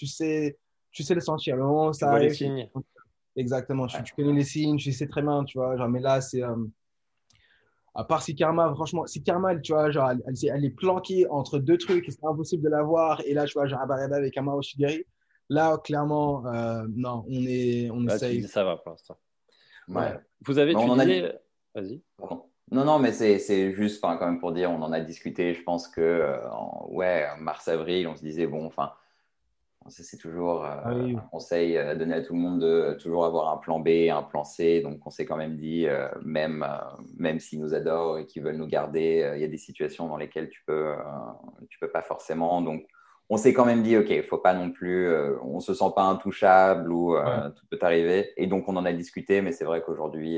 tu sais le sentir. Le moment où Tu ça vois les arrive, signes? exactement. Ouais. Tu connais les signes, tu sais très bien, tu vois. Genre, mais là, c'est. À part si Karma, franchement, si Karma, tu vois, genre, elle est planquée entre deux trucs et c'est impossible de la voir. Et là, tu vois, genre, Abareda avec Kamau Oshigiri. Là, clairement, non, on est Là, tu safe. dis ça va pour l'instant. Ouais. Ouais. Vous avez, Mais tu on en a. disais, vas-y. Pardon. Non, non, mais c'est juste, enfin, quand même pour dire, on en a discuté. Je pense que, ouais, mars-avril, on se disait, bon, enfin, ça, c'est toujours Ah oui. un conseil à donner à tout le monde de toujours avoir un plan B, un plan C. Donc, on s'est quand même dit, même s'ils nous adorent et qu'ils veulent nous garder, il y a des situations dans lesquelles tu peux pas forcément. Donc, on s'est quand même dit, OK, il faut pas non plus, on se sent pas intouchable ou Ouais. tout peut arriver. Et donc, on en a discuté, mais c'est vrai qu'aujourd'hui,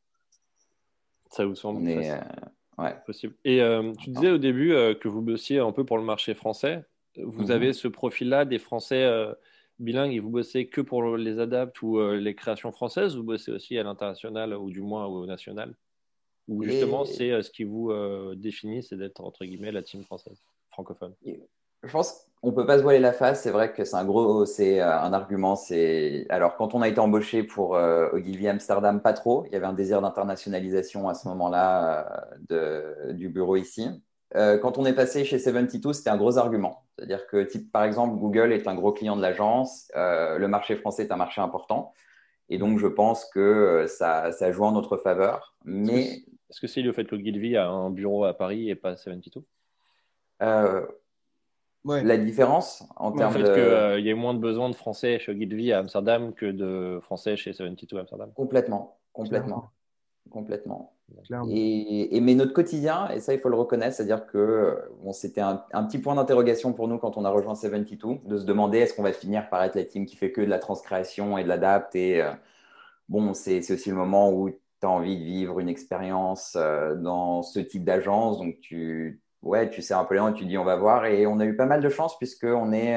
Ça vous semble on est, ouais. possible. Et tu disais au début que vous bossiez un peu pour le marché français. Vous avez Mhm. ce profil-là des Français bilingues et vous bossez que pour les adaptes ou les créations françaises, ou vous bossez aussi à l'international ou du moins au national? Ou justement, Et c'est ce qui vous définit, c'est d'être entre guillemets la team française, francophone. je pense qu'on peut pas se voiler la face. C'est vrai que c'est un argument. C'est alors quand on a été embauché pour Ogilvy Amsterdam, pas trop. Il y avait un désir d'internationalisation à ce moment-là du bureau ici. Quand on est passé chez 72, c'était un gros argument. C'est-à-dire que, type, par exemple, Google est un gros client de l'agence. Le marché français est un marché important. Et donc, je pense que ça joue en notre faveur. Est-ce que Mais c'est le fait que Gilvy a un bureau à Paris et pas 72? euh, Ouais. la différence en Le Ouais. termes fait de qu'il y ait moins de besoin de Français chez Gilvy à Amsterdam que de Français chez 72 à Amsterdam. complètement, Clairement. complètement, complètement. Clairement. Mais notre quotidien, et ça il faut le reconnaître, c'est-à-dire que bon, c'était un petit point d'interrogation pour nous quand on a rejoint 72, de se demander est-ce qu'on va finir par être la team qui fait que de la transcréation et de l'adapt. Et bon, c'est aussi le moment où tu as envie de vivre une expérience dans ce type d'agence. Donc ouais, tu sais un peu là, tu dis on va voir. Et on a eu pas mal de chance puisqu'on est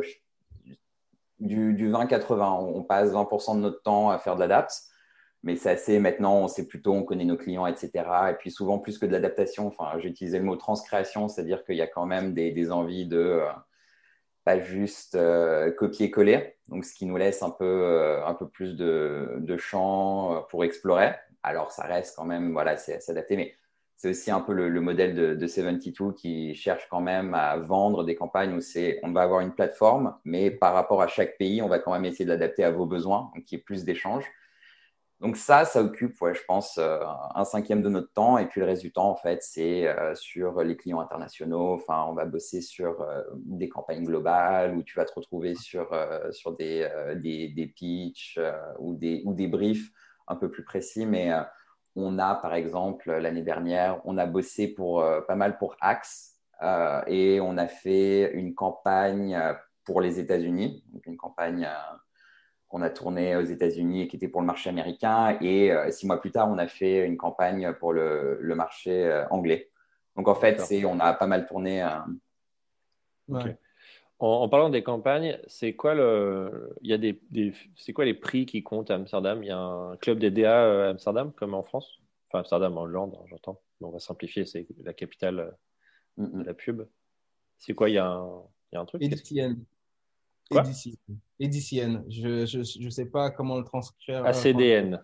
du 20-80. On passe 20% de notre temps à faire de l'adapt. Mais c'est assez maintenant, on sait plutôt, on connaît nos clients, etc. Et puis souvent, plus que de l'adaptation, enfin, j'ai utilisé le mot transcréation, c'est-à-dire qu'il y a quand même des envies de pas juste copier-coller. Donc, ce qui nous laisse un peu plus de champ pour explorer. Alors, ça reste quand même, voilà, c'est s'adapter. Mais c'est aussi un peu le modèle de 72 qui cherche quand même à vendre des campagnes où on va avoir une plateforme, mais par rapport à chaque pays, on va quand même essayer de l'adapter à vos besoins, donc qu'il y ait plus d'échanges. Donc ça occupe, ouais, je pense, un cinquième de notre temps. Et puis le reste du temps, en fait, c'est sur les clients internationaux. Enfin, on va bosser sur des campagnes globales où tu vas te retrouver sur des pitchs ou des briefs un peu plus précis. Mais on a, par exemple, l'année dernière, on a bossé pas mal pour Axe et on a fait une campagne pour les États-Unis, donc une campagne qu'on a tourné aux États-Unis et qui était pour le marché américain. Et 6 mois plus tard, on a fait une campagne pour le marché anglais. Donc en fait, D'accord. on a pas mal tourné. Ok. Ouais. En parlant des campagnes, c'est quoi il y a c'est quoi les prix qui comptent à Amsterdam? Il y a un club des DA à Amsterdam, comme en France. Enfin, Amsterdam, en Hollande, hein, j'entends. Mais on va simplifier, c'est la capitale de la pub. C'est quoi? Il y a un truc? EDCN. Quoi? EDCN. EDCN. Je sais pas comment le transcrire. Enfin, ACDN.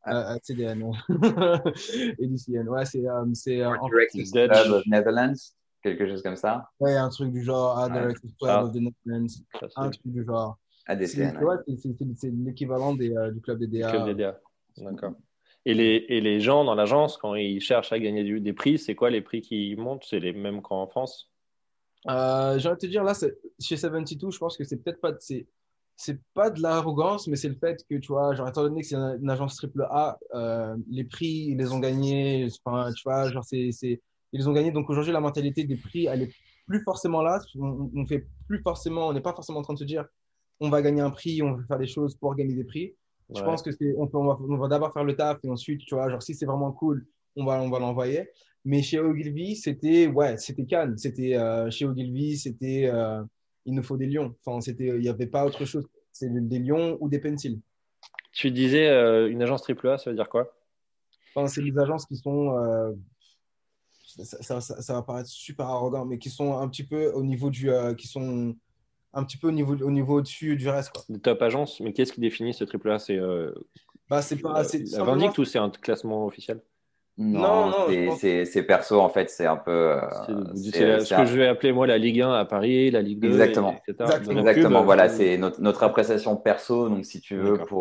CDN. EDCN. Ouais, c'est Art Directors Dutch. Club of Netherlands, quelque chose comme ça. ouais, un truc du genre Art Ouais. Directors Club of the Netherlands. Ça, Un c'est truc du genre. ADCN. Tu vois, c'est l'équivalent du club des le club DA. des DA. D'accord. Et les gens dans l'agence, quand ils cherchent à gagner des prix, c'est quoi les prix qui montent? C'est les mêmes qu'en France? J'ai envie de te dire, là, chez 72, je pense que c'est peut-être pas, c'est pas de l'arrogance, mais c'est le fait que, tu vois, genre, étant donné que c'est une agence triple A, les prix, ils les ont gagnés, enfin, tu vois, genre, ils les ont gagnés. Donc aujourd'hui, la mentalité des prix, elle est plus forcément là. On fait plus forcément, on n'est pas forcément en train de se dire, on va gagner un prix, on va faire des choses pour gagner des prix. Je Ouais. pense que on va d'abord faire le taf et ensuite, tu vois, genre, si c'est vraiment cool, on va l'envoyer. Mais chez Ogilvy, c'était Cannes. Chez Ogilvy, il nous faut des lions. Enfin, il n'y avait pas autre chose. C'est des lions ou des pencils. Tu disais une agence triple A, ça veut dire quoi? Enfin, c'est des agences qui sont, ça va paraître super arrogant, mais qui sont un petit peu au niveau qui sont un petit peu au niveau au-dessus du reste, quoi. Des top agences, mais qu'est-ce qui définit ce triple A? C'est Bah, c'est pas, c'est tout la simplement. Vindicte ou c'est un classement officiel? Non, Non, non, je pense. c'est perso, en fait, c'est un peu. C'est ce que je vais appeler moi la Ligue 1 à Paris, la Ligue 2, Exactement. etc. Dans Exactement. une pub, Exactement, voilà, c'est notre appréciation perso. Donc, si tu veux, D'accord.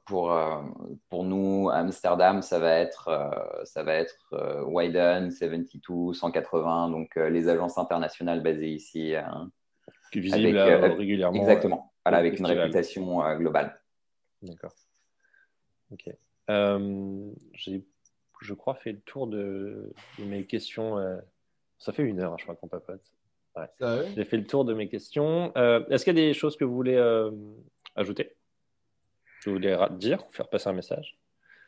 pour nous, Amsterdam, ça va être Widen, 72, 180, donc les agences internationales basées ici, Qui est visible avec, régulièrement exactement, au voilà, avec une festival. réputation globale. D'accord. Ok. J'ai, je crois, fait le tour de mes questions. Ça fait 1 heure, hein, je crois qu'on papote. Ouais. Sérieux? J'ai fait le tour de mes questions. Est-ce qu'il y a des choses que vous voulez ajouter? Que vous voulez dire, faire passer un message?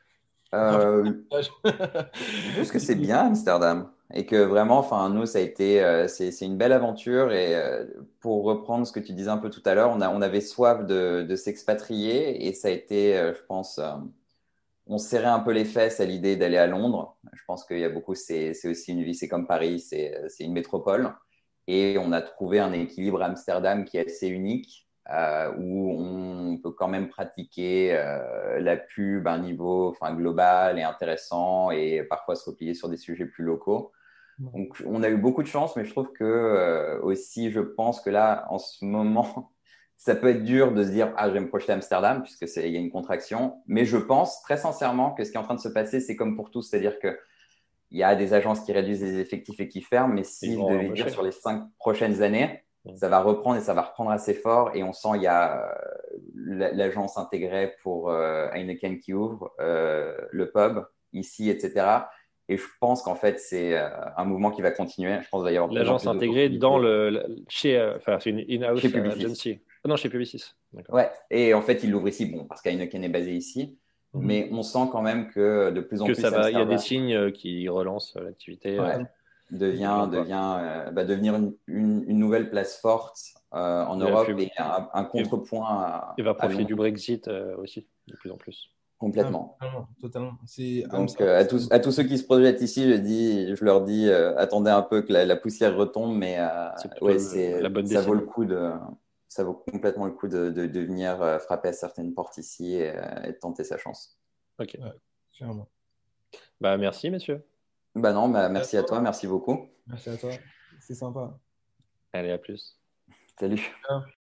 Euh, Juste que c'est bien Amsterdam et que vraiment, enfin, nous, ça a été, c'est une belle aventure et pour reprendre ce que tu disais un peu tout à l'heure, on avait soif de s'expatrier et ça a été, je pense, on se serrait un peu les fesses à l'idée d'aller à Londres. Je pense qu'il y a beaucoup, c'est aussi une vie, c'est comme Paris, c'est une métropole et on a trouvé un équilibre à Amsterdam qui est assez unique où on peut quand même pratiquer la pub à un niveau enfin, global et intéressant et parfois se replier sur des sujets plus locaux. Donc, on a eu beaucoup de chance, mais je trouve que aussi, je pense que là, en ce moment, ça peut être dur de se dire ah, je vais me projeter à Amsterdam puisque il y a une contraction. Mais je pense très sincèrement que ce qui est en train de se passer, c'est comme pour tous, c'est-à-dire que il y a des agences qui réduisent les effectifs et qui ferment, mais Ils si je vont devais dire embaucher. sur les 5 prochaines années, Mm. ça va reprendre et ça va reprendre assez fort. Et on sent il y a l'agence intégrée pour Heineken qui ouvre, le pub ici, etc. Et je pense qu'en fait, c'est un mouvement qui va continuer. Je pense qu'il va y avoir de plus en L'agence plus intégrée dans d'opportunités chez, enfin, c'est une chez in-house Publicis. agency. Ah non, chez Publicis. D'accord. Ouais, et en fait, ils l'ouvrent ici, bon, parce qu'Heineken est basé ici. Mhm. Mais on sent quand même que de plus en Que ça plus va, il y a des Amsterdam signes qui relancent l'activité ouais, Totalement. l'emploi. devenir une nouvelle place forte en Et la Europe pub et un et, contrepoint et va à profiter du Londres Brexit aussi, de plus en plus. complètement. Totalement, totalement. Donc à tous ceux qui se projettent ici, je leur dis attendez un peu que la poussière retombe, mais C'est plutôt ouais, la bonne ça vaut le décennie. coup ça vaut complètement le coup de venir frapper à certaines portes ici et de tenter sa chance. Ok. Ouais, clairement. Bah, merci, messieurs. Bah non, bah, Merci à merci à toi, toi. merci beaucoup. Merci à toi. C'est sympa. Allez, à plus. Salut. Ciao.